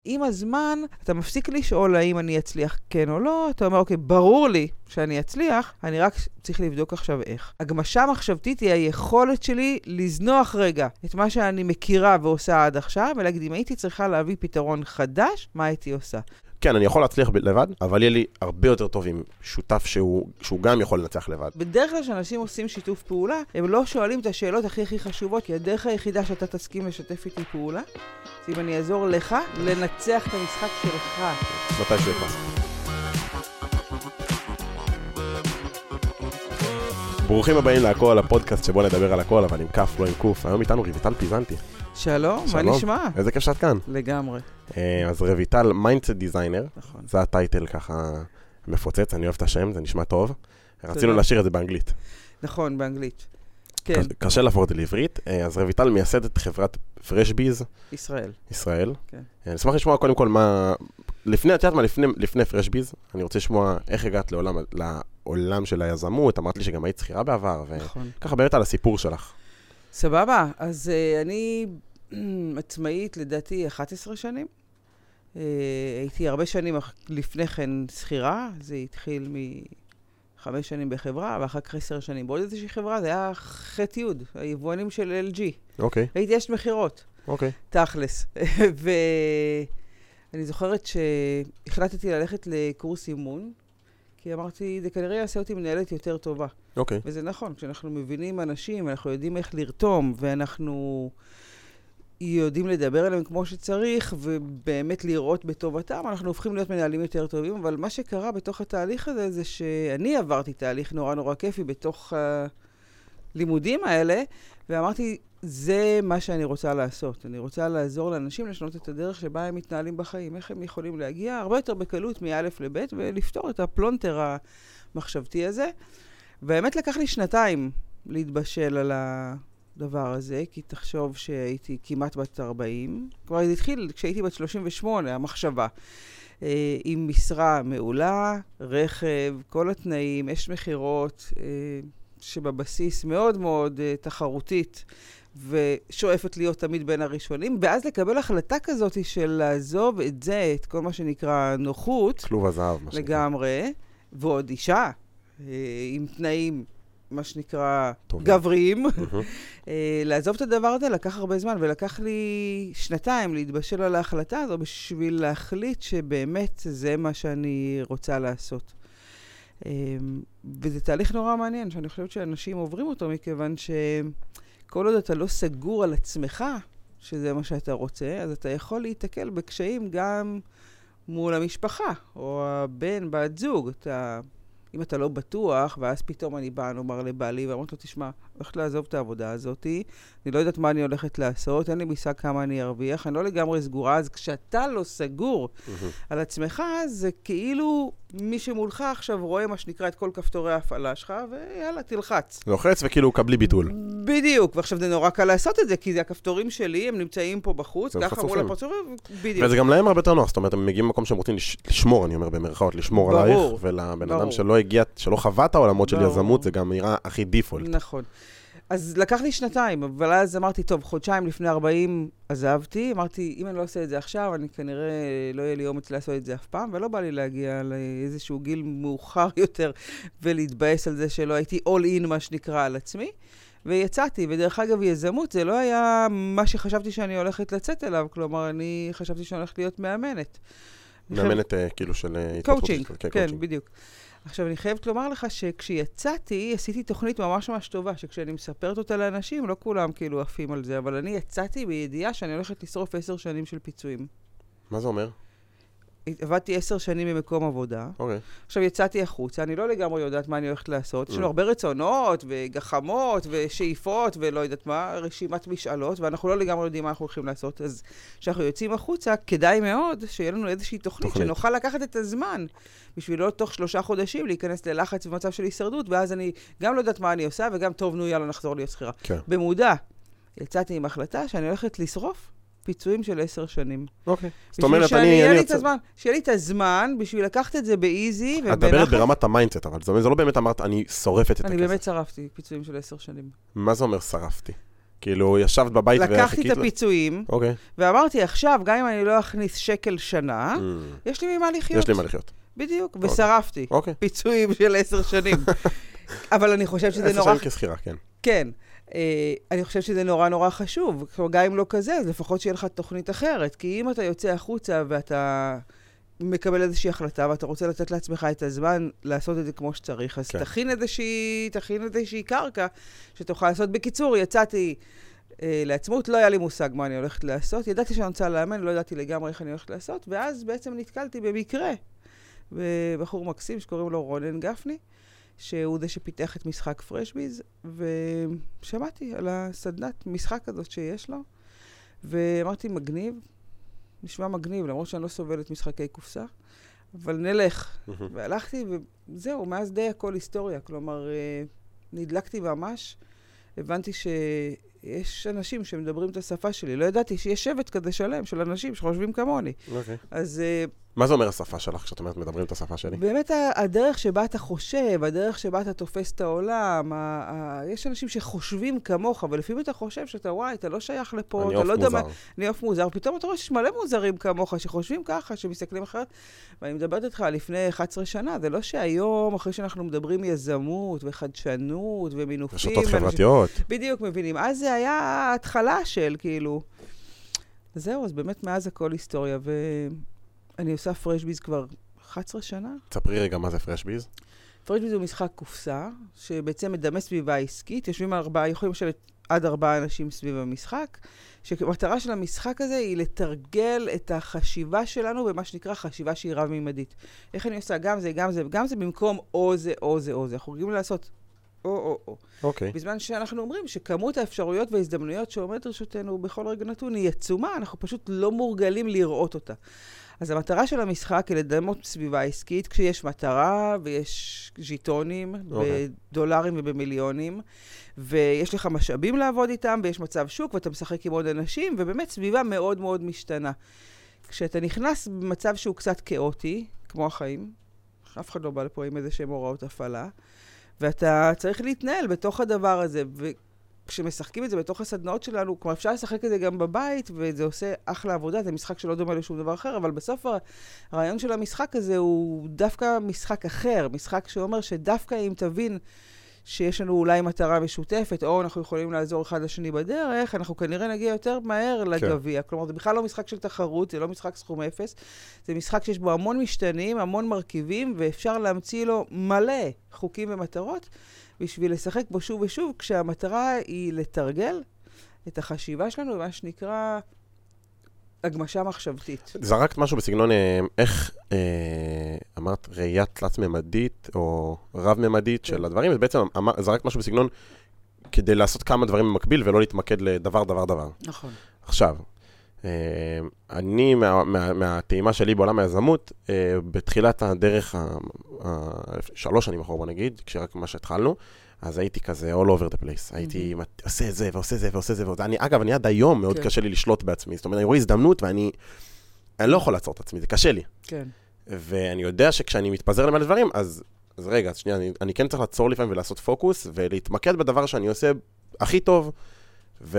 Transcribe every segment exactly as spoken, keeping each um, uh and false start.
עם הזמן, אתה מפסיק לשאול האם אני אצליח כן או לא, אתה אומר, אוקיי, ברור לי שאני אצליח, אני רק צריך לבדוק עכשיו איך. הגמשה מחשבתית היא היכולת שלי לזנוח רגע את מה שאני מכירה ועושה עד עכשיו, ולהגיד, אם הייתי צריכה להביא פתרון חדש, מה הייתי עושה? כן, אני יכול להצליח לבד, אבל יהיה לי הרבה יותר טוב עם שותף שהוא, שהוא גם יכול לנצח לבד. בדרך כלל שאנשים עושים שיתוף פעולה, הם לא שואלים את השאלות הכי הכי חשובות, כי הדרך היחידה שאתה תסכים לשתף איתי פעולה, זה אם אני אעזור לך לנצח את המשחק שלך. מתי שלך. ברוכים הבאים להכל, הפודקאסט שבו נדבר על הכל, אבל עם כף, לא עם קוף. היום איתנו רויטל פיזנטי. שלום, מה נשמע? איזה כיף שאת כאן. לגמרי. אז רויטל, מיינדסט דיזיינר, זה הטייטל ככה מפוצץ, אני אוהב את השם, זה נשמע טוב. רצינו להשאיר את זה באנגלית. נכון, באנגלית. כן. קשה להפוך את זה לעברית, אז רויטל מייסדת חברת פרשביז. ישראל. ישראל. כן. אני אשמח לשמוע קודם כל מה, לפני, את יודעת מה, לפני, לפני פרשביז, אני רוצה לשמוע איך הגעת לעולם, לעולם של היזמות, אמרת לי שגם היית שכירה בעבר, וככה באמת על הסיפור שלך. סבבה, אז uh, אני עצמאית לדעתי אחת עשרה שנים. Uh, הייתי הרבה שנים לפני כן שכירה, זה התחיל מחמש שנים בחברה, ואחר כך עשר שנים בעוד איזושהי חברה, זה היה חטא יוד, היבואנים של אל ג'י. אוקיי. הייתי אשת מחירות. אוקיי. תכלס. ואני זוכרת שהחלטתי ללכת לקורס אימון, כי אמרתי, זה כנראה יעשה אותי מנהלת יותר טובה. אוקיי. וזה נכון, כשאנחנו מבינים אנשים, אנחנו יודעים איך לרתום, ואנחנו יודעים לדבר עליהם כמו שצריך, ובאמת לראות בטובתם, אנחנו הופכים להיות מנהלים יותר טובים, אבל מה שקרה בתוך התהליך הזה, זה שאני עברתי תהליך נורא נורא כיפי בתוך הלימודים האלה, ואמרתי, זה מה שאני רוצה לעשות. אני רוצה לעזור לאנשים לשנות את הדרך שבה הם מתנהלים בחיים. איך הם יכולים להגיע הרבה יותר בקלות מאלף לבית, ולפתור את הפלונטר המחשבתי הזה. והאמת לקח לי שנתיים להתבשל על הדבר הזה, כי תחשוב שהייתי כמעט בת ארבעים. כבר זה התחיל כשהייתי בת שלושים ושמונה, המחשבה. אה, עם משרה מעולה, רכב, כל התנאים, אש מחירות, אה, שבבסיס מאוד מאוד אה, תחרותית, ושואפת להיות תמיד בין הראשונים, ואז לקבל החלטה כזאת של לעזוב את זה, את כל מה שנקרא נוחות. כלוב הזהב, מה שנקרא. לגמרי, ועוד אישה, אה, עם תנאים, מה שנקרא, טוב. גבריים. אה, לעזוב את הדבר הזה לקח הרבה זמן, ולקח לי שנתיים להתבשל על ההחלטה הזו, בשביל להחליט שבאמת זה מה שאני רוצה לעשות. אה, וזה תהליך נורא מעניין, שאני חושבת שאנשים עוברים אותו, מכיוון ש... כל עוד אתה לא סגור על עצמך, שזה מה שאתה רוצה, אז אתה יכול להתקל בקשיים גם מול המשפחה, או הבן, בת זוג. אתה, אם אתה לא בטוח, ואז פתאום אני באה, נאמר לבעלי, ואמרת לו, תשמע, הולכת לעזוב את העבודה הזאת, אני לא יודעת מה אני הולכת לעשות, אין לי מושג כמה אני ארוויח, אני לא לגמרי סגורה, אז כשאתה לא סגור על עצמך, זה כאילו מי שמולך עכשיו רואה מה שנקרא את כל כפתורי ההפעלה שלך, ויאללה, תלחץ. לוחץ וכאילו קבלי ביטול. בדיוק, ועכשיו זה נורא קל לעשות את זה, כי זה הכפתורים שלי, הם נמצאים פה בחוץ, ככה מול הפרצופים, בדיוק. וזה גם להם הרבה יותר נוח, זאת אומרת, הם מגיעים למקום שהם רוצים לשמור, אני אומר במרכאות, לשמור עלייך, ולבן אדם שלא הגיע, שלא חווה את העולמות של יזמות, זה גם נראה הכי דיפולט. נכון. אז לקח לי שנתיים, אבל אז אמרתי, טוב, חודשיים לפני ארבעים עזבתי, אמרתי, אם אני לא עושה את זה עכשיו, אני כנראה לא יהיה לי אומץ לעשות את זה אף פעם, ולא בא לי להגיע לאיזשהו גיל מאוחר יותר, ולהתבאס על זה שלא הייתי all in, מה שנקרא, על עצמי. ויצאתי, ודרך אגב, יזמות, זה לא היה מה שחשבתי שאני הולכת לצאת אליו, כלומר, אני חשבתי שאני הולכת להיות מאמנת. מאמנת כאילו של... קואוצ'ינג, כן, בדיוק. עכשיו, אני חייבת לומר לך שכשיצאתי, עשיתי תוכנית ממש ממש טובה, שכשאני מספרת אותה לאנשים, לא כולם כאילו עפים על זה, אבל אני יצאתי בידיעה שאני הולכת לשרוף עשר שנים של פיצויים. מה זה אומר? עבדתי עשר שנים במקום עבודה. אוקיי. עכשיו יצאתי החוצה, אני לא לגמרי יודעת מה אני הולכת לעשות. יש לנו הרבה רצונות וגחמות ושאיפות ולא יודעת מה, רשימת משאלות, ואנחנו לא לגמרי יודעים מה אנחנו הולכים לעשות. אז כשאנחנו יוצאים החוצה, כדאי מאוד שיהיה לנו איזושהי תוכנית, תוכנית. שנוכל לקחת את הזמן, בשביל לא תוך שלושה חודשים להיכנס ללחץ במצב של הישרדות, ואז אני גם לא יודעת מה אני עושה, וגם טוב, נו, יאללה, נחזור להיות שכירה. כן. במודע, יצאתי עם החלטה שאני הולכת לשרוף פיצויים של עשר שנים. אוקיי. זאת אומרת, אני... שיהיה לי את הזמן, בשביל לקחת את זה באיזי. את מדברת ברמת המיינדסט, אבל זה לא באמת אמרת, אני שורפת את הכסף. אני באמת שרפתי פיצויים של עשר שנים. מה זה אומר שרפתי? כאילו, ישבת בבית וחיכית... לקחתי את הפיצויים, אוקיי. ואמרתי, עכשיו, גם אם אני לא אכניס שקל שנה, יש לי ממה לחיות. יש לי מה לחיות. בדיוק, ושרפתי. אוקיי. פיצויים של עשר שנים. אבל אני חושבת שזה נורא... עשר שנים כסחירה, כן. כן. אני חושבת שזה נורא נורא חשוב. גם אם לא כזה, אז לפחות שיהיה לך תוכנית אחרת. כי אם אתה יוצא החוצה ואתה מקבל איזושהי החלטה, ואתה רוצה לתת לעצמך את הזמן לעשות את זה כמו שצריך, אז תכין איזושהי, תכין איזושהי קרקע שתוכל לעשות. בקיצור, יצאתי לעצמות, לא היה לי מושג מה אני הולכת לעשות. ידעתי שאני רוצה לאמן, לא ידעתי לגמרי איך אני הולכת לעשות, ואז בעצם נתקלתי במקרה בבחור מקסים שקוראים לו רונן גפני, שהוא זה שפיתח את משחק פרשביז, ושמעתי על הסדנת משחק הזאת שיש לו, ואמרתי, מגניב, נשמע מגניב, למרות שאני לא סובלת משחקי קופסה, אבל נלך. והלכתי, וזהו, מאז די הכל היסטוריה, כלומר, נדלקתי ממש, הבנתי שיש אנשים שמדברים את השפה שלי, לא ידעתי שיש שבט כזה שלם של אנשים שחושבים כמוני. אוקיי. אז... מה זה אומר השפה שלך, כשאת אומרת מדברים את השפה שלי? באמת הדרך שבה אתה חושב, הדרך שבה אתה תופס את העולם, יש אנשים שחושבים כמוך, ולפעמים אתה חושב שאתה, וואי, אתה לא שייך לפה, אני אתה לא יודע מה... מוזר. אני אוף מוזר. פתאום אתה רואה שיש מלא מוזרים כמוך, שחושבים ככה, שמסתכלים אחרת. ואני מדברת איתך לפני אחת עשרה שנה, זה לא שהיום, אחרי שאנחנו מדברים יזמות וחדשנות ומינופים... רשתות חברתיות. בדיוק, מבינים. אז זה היה ההתחלה של, כאילו... זהו, אז באמת מאז הכל היסטוריה, ו... אני עושה פרשביז כבר אחת עשרה שנה. תספרי רגע מה זה פרשביז. פרשביז הוא משחק קופסה, שבעצם מדמה סביבה עסקית. יושבים ארבעה, יכולים לשבת עד ארבעה אנשים סביב המשחק, שהמטרה של המשחק הזה היא לתרגל את החשיבה שלנו במה שנקרא חשיבה שהיא רב-מימדית. איך אני עושה? גם זה, גם זה, וגם זה במקום או זה, או זה, או זה. אנחנו רגילים לעשות או, או, או. אוקיי. בזמן שאנחנו אומרים שכמות האפשרויות וההזדמנויות שעומד לרשותנו בכל רגע נתון היא עצומה, אנחנו פשוט לא מורגלים לראות אותה. אז המטרה של המשחק היא לדמות סביבה עסקית, כשיש מטרה ויש ז'יטונים okay. בדולרים ובמיליונים, ויש לך משאבים לעבוד איתם, ויש מצב שוק, ואתה משחק עם עוד אנשים, ובאמת סביבה מאוד מאוד משתנה. כשאתה נכנס במצב שהוא קצת כאוטי, כמו החיים, אף אחד לא בא לפה עם איזה שהם הוראות הפעלה, ואתה צריך להתנהל בתוך הדבר הזה, ו... כשמשחקים את זה בתוך הסדנאות שלנו, כלומר אפשר לשחק את זה גם בבית, וזה עושה אחלה עבודה, זה משחק שלא דומה לשום דבר אחר, אבל בסוף הרעיון של המשחק הזה הוא דווקא משחק אחר, משחק שאומר שדווקא אם תבין שיש לנו אולי מטרה משותפת, או אנחנו יכולים לעזור אחד לשני בדרך, אנחנו כנראה נגיע יותר מהר לגביע. כלומר, זה בכלל לא משחק של תחרות, זה לא משחק סכום אפס, זה משחק שיש בו המון משתנים, המון מרכיבים, ואפשר להמציא לו מלא חוקים ומטרות, בשביל לשחק בו שוב ושוב, כשהמטרה היא לתרגל את החשיבה שלנו, מה שנקרא הגמשה מחשבתית. זרקת משהו בסגנון, איך אמרת ראיית תלת-ממדית, או רב-ממדית של הדברים, אז בעצם זרקת משהו בסגנון, כדי לעשות כמה דברים במקביל, ולא להתמקד לדבר, דבר, דבר. נכון. עכשיו, אני, מהטעימה שלי בעולם היזמות, בתחילת הדרך, שלוש שנים אחורה, בוא נגיד, כשרק מה שהתחלנו, אז הייתי כזה all over the place. הייתי עושה זה ועושה זה ועושה זה. אגב, אני עד היום מאוד קשה לי לשלוט בעצמי. זאת אומרת, אני רואה הזדמנות ואני לא יכול לעצור את עצמי, זה קשה לי. כן. ואני יודע שכשאני מתפזר למעלה דברים, אז רגע, אז שנייה, אני כן צריך לעצור לפעמים ולעשות פוקוס, ולהתמקד בדבר שאני עושה הכי טוב, ו...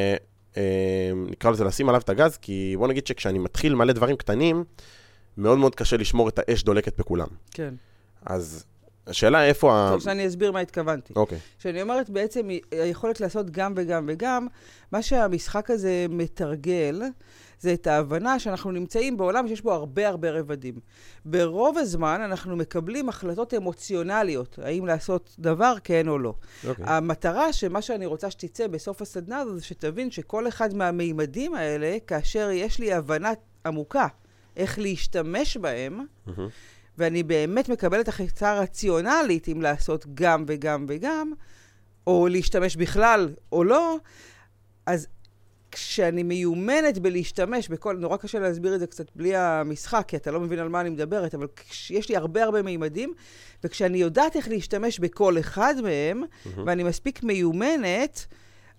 נקרא לזה לשים עליו את הגז, כי בוא נגיד שכשאני מתחיל מלא דברים קטנים, מאוד מאוד קשה לשמור את האש דולקת בכולם. כן. אז השאלה איפה ה... טוב, שאני אסביר מה התכוונתי. אוקיי. שאני אומרת בעצם, היכולת לעשות גם וגם וגם, מה שהמשחק הזה מתרגל, זה את ההבנה שאנחנו נמצאים בעולם שיש בו הרבה הרבה רבדים. ברוב הזמן אנחנו מקבלים החלטות אמוציונליות, האם לעשות דבר כן או לא. Okay. המטרה שמה שאני רוצה שתצא בסוף הסדנה הזו, זה שתבין שכל אחד מהמימדים האלה, כאשר יש לי הבנה עמוקה איך להשתמש בהם, mm-hmm. ואני באמת מקבלת החלטה רציונלית אם לעשות גם וגם וגם, או להשתמש בכלל או לא, אז כשאני מיומנת בלהשתמש בכל, נורא קשה להסביר את זה קצת בלי המשחק, כי אתה לא מבין על מה אני מדברת, אבל יש לי הרבה הרבה מימדים, וכשאני יודעת איך להשתמש בכל אחד מהם, mm-hmm. ואני מספיק מיומנת,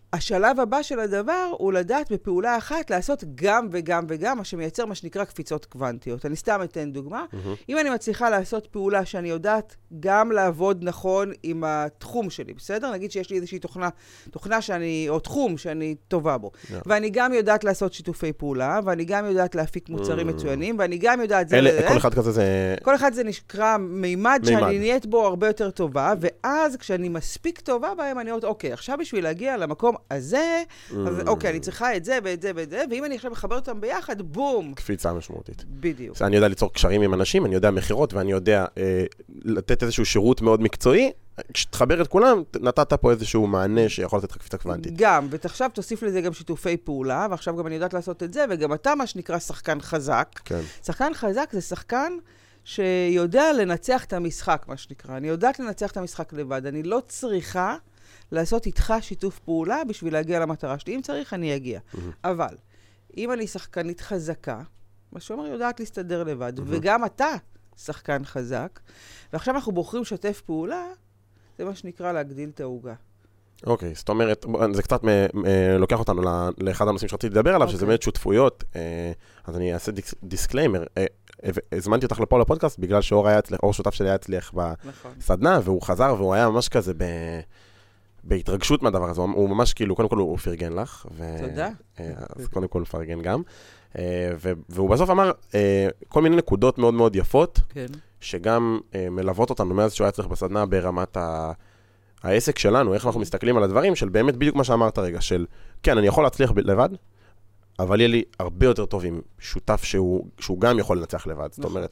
השלב הבא של הדבר הוא לדעת בפעולה אחת לעשות גם וגם וגם, מה שמייצר מה שנקרא קפיצות קוונטיות. אני סתם אתן דוגמה. Mm-hmm. אם אני מצליחה לעשות פעולה שאני יודעת גם לעבוד נכון עם התחום שלי, בסדר? נגיד שיש לי איזושהי תוכנה, תוכנה שאני, או תחום שאני טובה בו. Yeah. ואני גם יודעת לעשות שיתופי פעולה, ואני גם יודעת להפיק מוצרים mm-hmm. מצוינים, ואני גם יודעת... אלה, זה, כל אחד כזה זה... כל אחד זה נקרא מימד, מימד. שאני נהיית בו הרבה יותר טובה, ואז כשאני מספיק טובה בהם, אני אומרת, אוקיי, עכשיו בשביל להגיע למקום הזה, אז אוקיי, אני צריכה את זה ואת זה ואת זה, ואם אני עכשיו מחבר אותם ביחד, בום. קפיצה משמעותית. בדיוק. אני יודע ליצור קשרים עם אנשים, אני יודע מחירות, ואני יודע אה, לתת איזשהו שירות מאוד מקצועי. כשתחבר את כולם, נתת פה איזשהו מענה שיכול לתת לך קפיצה קוונטית. גם, ועכשיו תוסיף לזה גם שיתופי פעולה, ועכשיו גם אני יודעת לעשות את זה, וגם אתה מה שנקרא שחקן חזק. כן. שחקן חזק זה שחקן שיודע לנצח את המשחק, מה שנקרא. אני יודעת לנצח את המשחק לבד. אני לא צריכה לעשות איתך שיתוף פעולה בשביל להגיע למטרה שלי. אם צריך, אני אגיע. Mm-hmm. אבל, אם אני שחקנית חזקה, מה שאומר, יודעת להסתדר לבד, mm-hmm. וגם אתה שחקן חזק, ועכשיו אנחנו בוחרים לשתף פעולה, זה מה שנקרא להגדיל את העוגה. אוקיי, זאת אומרת, זה קצת לוקח אותנו לאחד הנושאים שרציתי לדבר עליו, שזה באמת שותפויות. אז אני אעשה דיסקליימר. הזמנתי אותך לפה לפודקאסט, בגלל שאור היה אצלך, אור שותף שלי היה אצלך בסדנה, והוא חזר, והוא היה ממש כזה בהתרגשות מהדבר הזה. הוא ממש כאילו, קודם כל הוא פרגן לך. תודה. אז קודם כל פרגן גם. והוא בסוף אמר כל מיני נקודות מאוד מאוד יפות, שגם מלוות אותנו מאז שהוא היה אצלך בסדנה ברמת ה... העסק שלנו, איך אנחנו מסתכלים על הדברים, של באמת בדיוק מה שאמרת רגע, של כן, אני יכול להצליח לבד, אבל יהיה לי הרבה יותר טוב עם שותף שהוא, שהוא גם יכול לנצח לבד, זאת אומרת.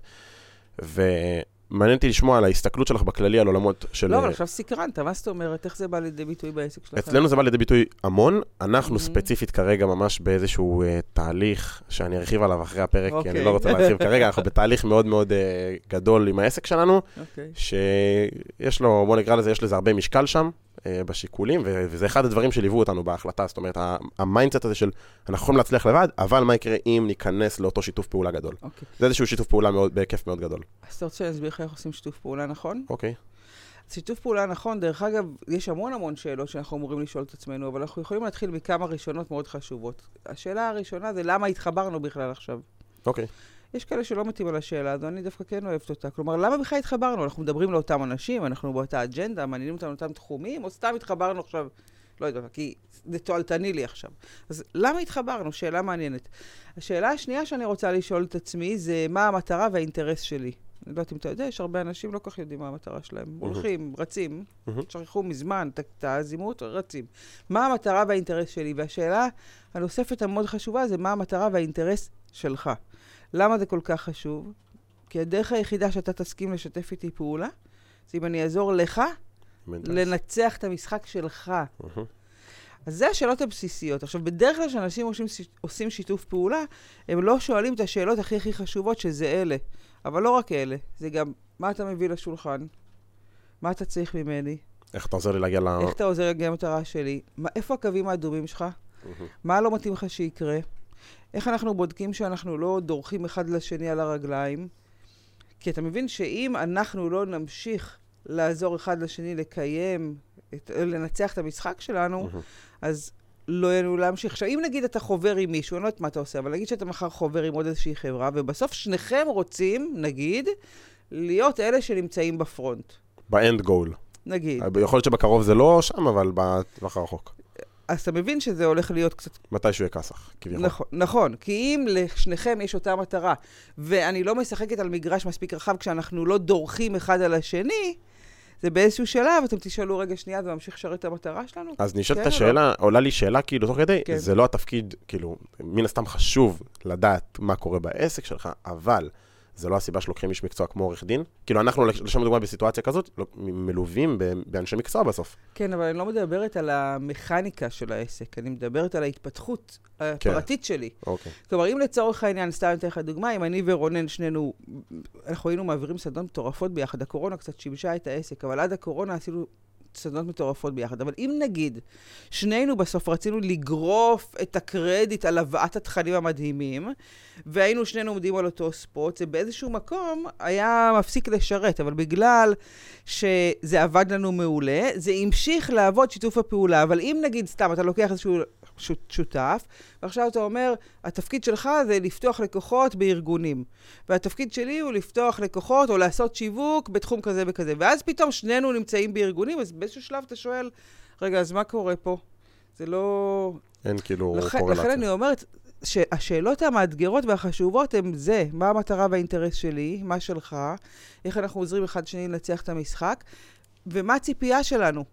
ומעניין אותי לשמוע על ההסתכלות שלך בכללי, על עולמות של... לא, אבל עכשיו סקרנת, מה זאת אומרת? איך זה בא לידי ביטוי בעסק שלך? אצלנו זה בא לידי ביטוי המון, אנחנו ספציפית כרגע ממש באיזשהו תהליך, שאני ארחיב עליו אחרי הפרק, כי אני לא רוצה להרחיב כרגע, אנחנו בתהליך מאוד מאוד גדול עם העסק שלנו, שיש לו, בוא נקרא לזה, יש לזה הרבה משקל שם, בשיקולים, וזה אחד הדברים שליוו אותנו בהחלטה, זאת אומרת, המיינדסט הזה של, אנחנו יכולים להצליח לבד, אבל מה יקרה אם ניכנס לאותו שיתוף פעולה גדול? זה איזשהו שיתוף פעולה בהיקף מאוד גדול. אז אתה רוצה להסביר איך עושים שיתוף פעולה נכון? אוקיי. שיתוף פעולה נכון, דרך אגב, יש המון המון שאלות שאנחנו אמורים לשאול את עצמנו, אבל אנחנו יכולים להתחיל מכמה ראשונות מאוד חשובות. השאלה הראשונה זה למה התחברנו בכלל עכשיו? אוקיי. יש כאלה שלא מתאים על השאלה הזו, אני דווקא כן אוהבת אותה. כלומר, למה בכלל התחברנו? אנחנו מדברים לאותם אנשים, אנחנו באותה אג'נדה, מעניינים אותנו לאותם תחומים, או סתם התחברנו עכשיו, לא יודעת, כי זה תועלתני לי עכשיו. אז למה התחברנו? שאלה מעניינת. השאלה השנייה שאני רוצה לשאול את עצמי, זה מה המטרה והאינטרס שלי. אני לא יודעת אם אתה יודע, יש הרבה אנשים לא כך יודעים מה המטרה שלהם. הולכים, רצים, שכחו מזמן, תעזימות, רצים. מה המטרה והאינטרס שלי? והשאלה הנוספת המאוד חשובה זה מה המטרה והאינטרס שלך. למה זה כל כך חשוב? כי הדרך היחידה שאתה תסכים לשתף איתי פעולה, זה אם אני אעזור לך לנצח את המשחק שלך. אז זה השאלות הבסיסיות. עכשיו, בדרך כלל שאנשים עושים, עושים שיתוף פעולה, הם לא שואלים את השאלות הכי הכי חשובות, שזה אלה. אבל לא רק אלה. זה גם, מה אתה מביא לשולחן? מה אתה צריך ממני? איך אתה עוזר לי להגיע ל... איך אתה עוזר להגיע למטרה שלי? מה, איפה הקווים האדומים שלך? מה לא מתאים לך שיקרה? איך אנחנו בודקים שאנחנו לא דורכים אחד לשני על הרגליים? כי אתה מבין שאם אנחנו לא נמשיך לעזור אחד לשני לקיים, את, לנצח את המשחק שלנו, mm-hmm. אז לא יהיה לנו להמשיך. עכשיו, אם נגיד אתה חובר עם מישהו, אני לא יודעת מה אתה עושה, אבל נגיד שאתה מחר חובר עם עוד איזושהי חברה, ובסוף שניכם רוצים, נגיד, להיות אלה שנמצאים בפרונט. באנד גול. נגיד. יכול להיות שבקרוב זה לא שם, אבל בטווח הרחוק. אז אתה מבין שזה הולך להיות קצת... מתישהו יהיה כסח, כביכול. נכון, נכון, כי אם לשניכם יש אותה מטרה, ואני לא משחקת על מגרש מספיק רחב כשאנחנו לא דורכים אחד על השני, זה באיזשהו שלב, אתם תשאלו רגע שנייה, זה ממשיך לשרת את המטרה שלנו? אז נשאלת את השאלה, עולה לי שאלה כאילו תוך כדי, זה לא התפקיד, כאילו, מן הסתם חשוב לדעת מה קורה בעסק שלך, אבל זה לא הסיבה שלוקחים איש מקצוע כמו עורך דין. כאילו אנחנו, לשם דוגמה בסיטואציה כזאת, מלווים באנשי מקצוע בסוף. כן, אבל אני לא מדברת על המכניקה של העסק, אני מדברת על ההתפתחות הפרטית שלי. אוקיי. כלומר, אם לצורך העניין, סתם אתן לך דוגמה, אם אני ורונן שנינו, אנחנו היינו מעבירים סדנות מטורפות ביחד, הקורונה קצת שיבשה את העסק, אבל עד הקורונה עשינו סדנות מטורפות ביחד. אבל אם נגיד, שנינו בסוף רצינו לגרוף את הקרדיט על הבאת התכנים המדהימים, והיינו שנינו עומדים על אותו ספוט, זה באיזשהו מקום היה מפסיק לשרת, אבל בגלל שזה עבד לנו מעולה, זה המשיך לעבוד שיתוף הפעולה. אבל אם נגיד, סתם, אתה לוקח איזשהו שותף, ועכשיו אתה אומר, התפקיד שלך זה לפתוח לקוחות בארגונים, והתפקיד שלי הוא לפתוח לקוחות או לעשות שיווק בתחום כזה וכזה, ואז פתאום שנינו נמצאים בארגונים, אז באיזשהו שלב אתה שואל, רגע, אז מה קורה פה? זה לא... אין כאילו לכ... קורלציה. לכן אני אומרת, שהשאלות המאתגרות והחשובות הן זה, מה המטרה והאינטרס שלי, מה שלך, איך אנחנו עוזרים אחד שני לנצח את המשחק, ומה הציפייה שלנו.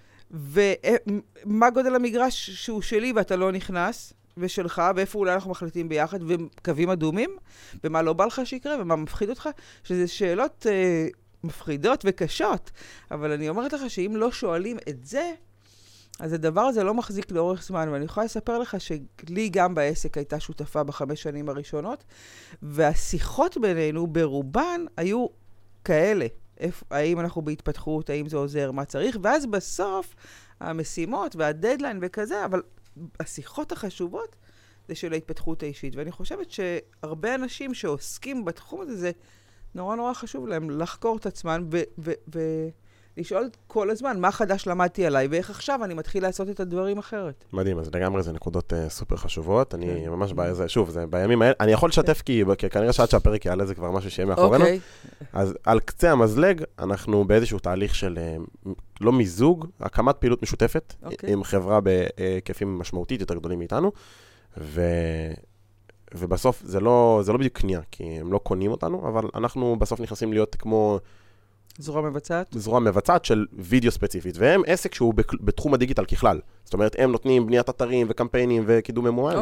ומה גודל המגרש שהוא שלי ואתה לא נכנס, ושלך, ואיפה אולי אנחנו מחליטים ביחד, וקווים אדומים, ומה לא בא לך שיקרה, ומה מפחיד אותך, שזה שאלות אה, מפחידות וקשות. אבל אני אומרת לך שאם לא שואלים את זה, אז הדבר הזה לא מחזיק לאורך זמן, ואני יכולה לספר לך שלי גם בעסק הייתה שותפה בחמש שנים הראשונות, והשיחות בינינו ברובן היו כאלה. האם אנחנו בהתפתחות, האם זה עוזר, מה צריך, ואז בסוף המשימות והדדליין וכזה, אבל השיחות החשובות זה של ההתפתחות האישית, ואני חושבת שהרבה אנשים שעוסקים בתחום הזה, זה נורא נורא חשוב להם לחקור את עצמם ולשאול כל הזמן מה חדש למדתי עליי, ואיך עכשיו אני מתחיל לעשות את הדברים אחרת. מדהים, אז לגמרי זה נקודות uh, סופר חשובות, אני ממש בא איזה, שוב, זה בימים האלה, אני יכול לשתף כי כנראה שעד שהפרק יעלה זה כבר משהו שיהיה מאחורינו, אז על קצה המזלג, אנחנו באיזשהו תהליך של לא מיזוג, הקמת פעילות משותפת, עם חברה בהיקפים משמעותית יותר גדולים מאיתנו, ו... ובסוף זה לא, זה לא בדיוק קנייה, כי הם לא קונים אותנו, אבל אנחנו בסוף נכנסים להיות כמו... זרוע מבצעת? זרוע מבצעת של וידאו ספציפית, והם עסק שהוא בתחום הדיגיטל ככלל. זאת אומרת, הם נותנים בניית אתרים וקמפיינים וקידום ממוען,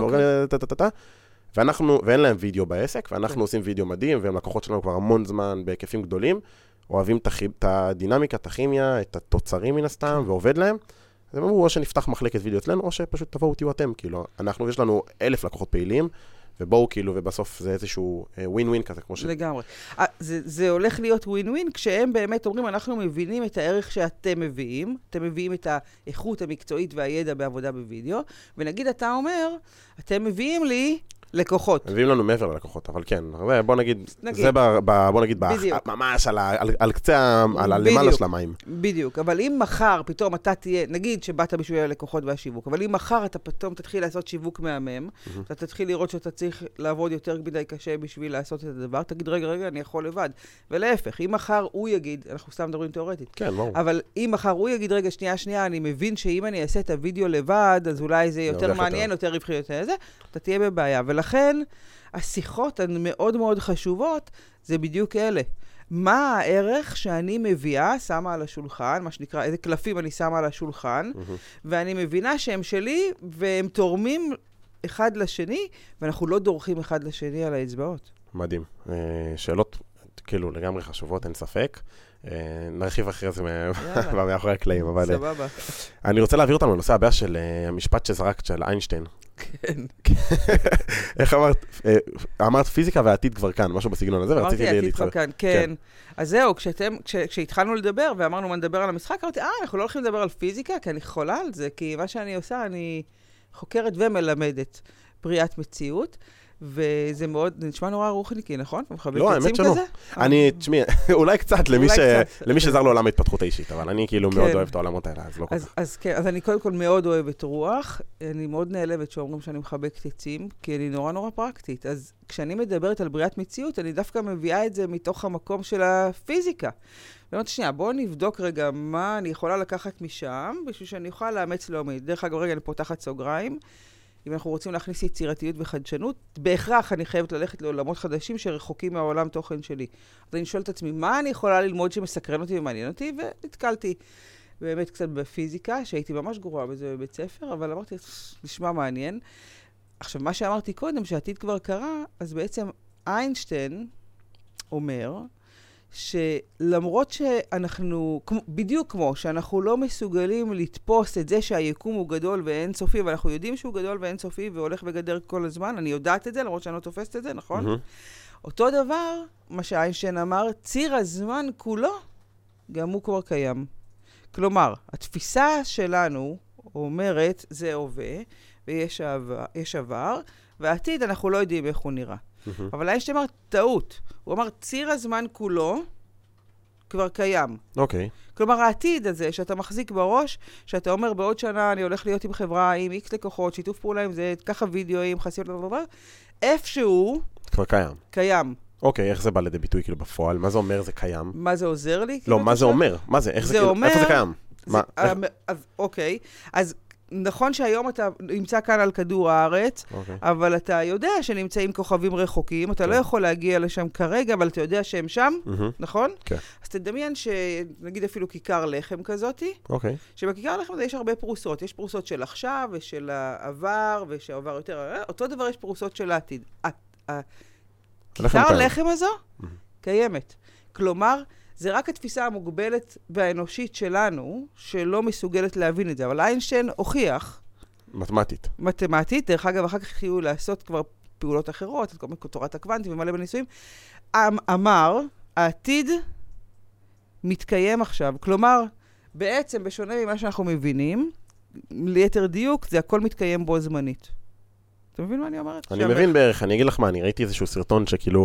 ואנחנו, ואין להם וידאו בעסק, ואנחנו עושים וידאו מדהים, והם לקוחות שלנו כבר המון זמן בהיקפים גדולים, אוהבים את הדינמיקה, את הכימיה, את התוצרים מן הסתם, ועובד להם. אז הם אמרו, או שנפתח מחלקת וידאו אצלנו, או שפשוט תבואו תהיו אתם, כאילו, אנחנו, יש לנו אלף לקוחות פעילים, ובואו כאילו, ובסוף זה איזשהו ווין ווין כזה, כמו ש... לגמרי. זה, זה הולך להיות ווין ווין, כשהם באמת אומרים, אנחנו מבינים את הערך שאתם מביאים, אתם מביאים את האיכות המקצועית והידע בעבודה בווידאו, ונגיד אתה אומר, אתם מביאים לי לקוחות. מביאים לנו מעבר ללקוחות, אבל כן, בוא נגיד, נגיד. זה ב, ב, בוא נגיד, בח, ממש על, על, על קצה, על הלמעלה של המים. בדיוק, אבל אם מחר פתאום אתה תהיה, נגיד שבאת בשביל הלקוחות והשיווק, אבל אם מחר אתה פתאום תתחיל לעשות שיווק מהמם, mm-hmm. אתה תתחיל לראות שאתה צריך לעבוד יותר מדי קשה בשביל לעשות את הדבר, תגיד, רגע, רגע, אני יכול לבד. ולהפך, אם מחר הוא יגיד, אנחנו סתם מדברים תיאורטית, כן, ברור. אבל אם מחר הוא יגיד, רגע, שנייה, שנייה, אני מבין שאם אני אעשה את הוידאו לבד, אז אולי זה יותר מעניין, יותר רווחי, יותר זה, אתה תהיה בבעיה. ולכן, השיחות המאוד מאוד חשובות, זה בדיוק אלה. מה הערך שאני מביאה, שמה על השולחן, מה שנקרא, איזה קלפים אני שמה על השולחן, mm-hmm. ואני מבינה שהם שלי, והם תורמים אחד לשני, ואנחנו לא דורכים אחד לשני על האצבעות. מדהים. שאלות, כאילו, לגמרי חשובות, אין ספק. נרחיב אחרי זה מאחורי הקלעים, אבל... סבבה. אני רוצה להעביר אותנו לנושא הבא של המשפט שזרקת של איינשטיין. כן. איך אמרת? אמרת פיזיקה והעתיד כבר כאן, משהו בסגנון הזה, ורציתי להתחבר. אמרתי העתיד כבר כאן, כן. אז זהו, כשהתחלנו לדבר ואמרנו מה נדבר על המשחק, אמרתי, אה, אנחנו לא הולכים לדבר על פיזיקה, כי אני חולה על זה, כי מה שאני עושה, אני חוקרת ומלמדת בריאת מציאות, וזה מאוד, נשמע נורא רוחניקי, נכון? לא, האמת שלא. אני, תשמעי, אולי קצת למי שזר לעולם ההתפתחות האישית, אבל אני כאילו מאוד אוהב את העולמות האלה, אז לא כל כך. אז כן, אז אני קודם כל מאוד אוהבת רוח, אני מאוד נעלבת שאומרים שאני מחבקת עצים, כי אני נורא נורא פרקטית. אז כשאני מדברת על בריאת מציאות, אני דווקא מביאה את זה מתוך המקום של הפיזיקה. ואומרת, שנייה, בואו נבדוק רגע מה אני יכולה לקחת משם, בשביל שאני אוכל לאמץ לאומית. דרך אגב, רגע, אני פותחת סוגריים. אם אנחנו רוצים להכניס יצירתיות וחדשנות, בהכרח אני חייבת ללכת לעולמות חדשים שרחוקים מהעולם תוכן שלי. אז אני שואלת את עצמי, מה אני יכולה ללמוד שמסקרן אותי ומעניין אותי? ונתקלתי באמת קצת בפיזיקה, שהייתי ממש גרועה בזה בבית ספר, אבל אמרתי, נשמע מעניין. עכשיו, מה שאמרתי קודם, שהעתיד כבר קרה, אז בעצם איינשטיין אומר, שלמרות שאנחנו, בדיוק כמו שאנחנו לא מסוגלים לתפוס את זה שהיקום הוא גדול ואין סופי, ואנחנו יודעים שהוא גדול ואין סופי והולך וגדר כל הזמן, אני יודעת את זה, למרות שאני לא תופסת את זה, נכון? Mm-hmm. אותו דבר, מה שאיינשטיין אמר, ציר הזמן כולו, גם הוא כבר קיים. כלומר, התפיסה שלנו אומרת, זה הווה, ויש עבר, יש עבר, והעתיד אנחנו לא יודעים איך הוא נראה. Mm-hmm. אבל איינשטיין אמר, טעות. הוא אמר, ציר הזמן כולו כבר קיים. אוקיי. Okay. כלומר, העתיד הזה שאתה מחזיק בראש, שאתה אומר, בעוד שנה אני הולך להיות עם חברה, עם איקס לקוחות, שיתוף פעולה עם זה, ככה וידאוים, חסיות, איפשהו... כבר קיים. קיים. אוקיי, איך זה בא לידי ביטוי כאילו בפועל? מה זה אומר זה קיים? מה זה עוזר לי? לא, מה זה אומר? מה זה? איך זה כאילו? איפה זה קיים? אוקיי, אז נכון שהיום אתה נמצא כאן על כדור הארץ, אבל אתה יודע שנמצאים כוכבים רחוקים, אתה לא יכול להגיע לשם כרגע, אבל אתה יודע שהם שם, נכון? כן. אז תדמיין שנגיד אפילו כיכר לחם כזאתי, שבכיכר לחם הזה יש הרבה פרוסות, יש פרוסות של עכשיו ושל העבר, ושהעבר יותר, אותו דבר יש פרוסות של העתיד. כיכר הלחם הזו קיימת. כלומר, זה רק התפיסה המוגבלת והאנושית שלנו, שלא מסוגלת להבין את זה. אבל איינשטיין הוכיח... מתמטית. מתמטית. דרך אגב, אחר כך התחילו לעשות כבר פעולות אחרות, את כל מיני תורת הקוונטים ומלא בניסויים. אמר, העתיד מתקיים עכשיו. כלומר, בעצם, בשונה ממה שאנחנו מבינים, ליתר דיוק, זה הכל מתקיים בו זמנית. אתה מבין מה אני אומרת? אני מבין בערך, אני אגיד לך מה, אני ראיתי איזשהו סרטון שכאילו...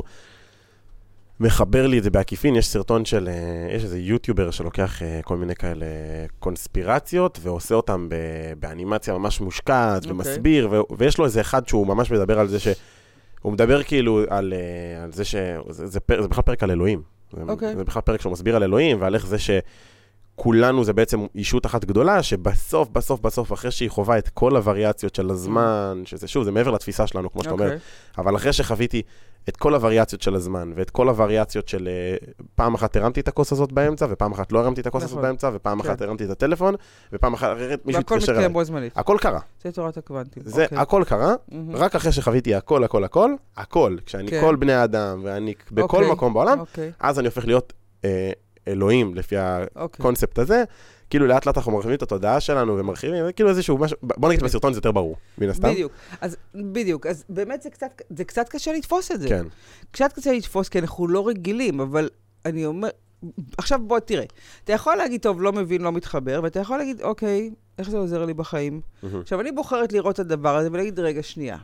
מחבר לי את זה בעקיפין, יש סרטון של, יש איזה יוטיובר שלוקח כל מיני כאלה קונספירציות, ועושה אותם באנימציה ממש מושקעת, ומסביר, ויש לו איזה אחד שהוא ממש מדבר על זה ש... הוא מדבר כאילו על זה ש... זה בכלל פרק על אלוהים. זה בכלל פרק שהוא מסביר על אלוהים, ועל איך זה שכולנו זה בעצם אישות אחת גדולה, שבסוף, בסוף, בסוף, אחרי שהיא חובה את כל הווריאציות של הזמן, שזה שוב, זה מעבר לתפיסה שלנו, כמו שאתה אומר, אבל אחרי שחוויתי את כל הווריאציות של הזמן, ואת כל הווריאציות של פעם אחת הרמתי את הכוס הזאת באמצע, ופעם אחת לא הרמתי את הכוס הזאת באמצע, ופעם אחת הרמתי את הטלפון, ופעם אחת מישהו התקשר אליי. והכל מתקיים בו זמנית. הכל קרה. זה תורת הקוונטים. זה הכל קרה, רק אחרי שחוויתי הכל, הכל, הכל, הכל, כשאני כל בני האדם, ואני בכל מקום בעולם, אז אני הופך להיות אלוהים לפי הקונספט הזה, כאילו לאט לאט אנחנו מרחיבים את התודעה שלנו ומרחיבים, כאילו איזשהו משהו, בוא נגיד בסרטון זה יותר ברור, מן הסתם. בדיוק, אז בדיוק, אז באמת זה קצת, זה קצת קשה לתפוס את זה. כן. קצת קשה לתפוס, כי אנחנו לא רגילים, אבל אני אומר, עכשיו בוא תראה, אתה יכול להגיד, טוב, לא מבין, לא מתחבר, ואתה יכול להגיד, אוקיי, איך זה עוזר לי בחיים? עכשיו, אני בוחרת לראות את הדבר הזה ולהגיד, רגע, שנייה.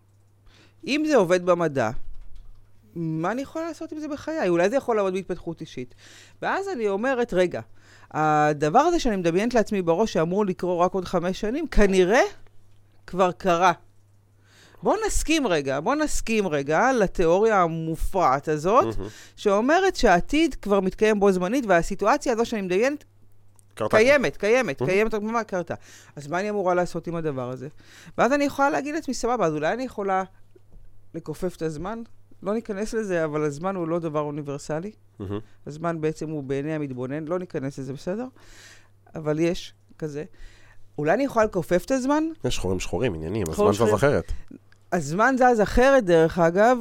אם זה עובד במדע, מה אני יכולה לעשות עם זה בחיי? אולי זה יכול לעבוד בהתפתחות אישית. ואז אני אומרת, רגע, הדבר הזה שאני מדמיינת לעצמי בראש שאמור לקרוא רק עוד חמש שנים, כנראה כבר קרה. בוא נסכים רגע, בוא נסכים רגע לתיאוריה המופרעת הזאת, שאומרת שהעתיד כבר מתקיים בו זמנית, והסיטואציה הזו שאני מדמיינת קיימת, קיימת, קיימת, מה קרתה? אז מה אני אמורה לעשות עם הדבר הזה? ואז אני יכולה להגיד לעצמי, סבבה, אז אולי אני יכולה לקופף את הזמן? לא ניכנס לזה, אבל הזמן הוא לא דבר אוניברסלי. Mm-hmm. הזמן בעצם הוא בעיני המתבונן, לא ניכנס לזה, בסדר? אבל יש כזה. אולי אני יכולה לקופף את הזמן? יש שחורים שחורים, עניינים, הזמן זז אחרת. הזמן זז אחרת, דרך אגב,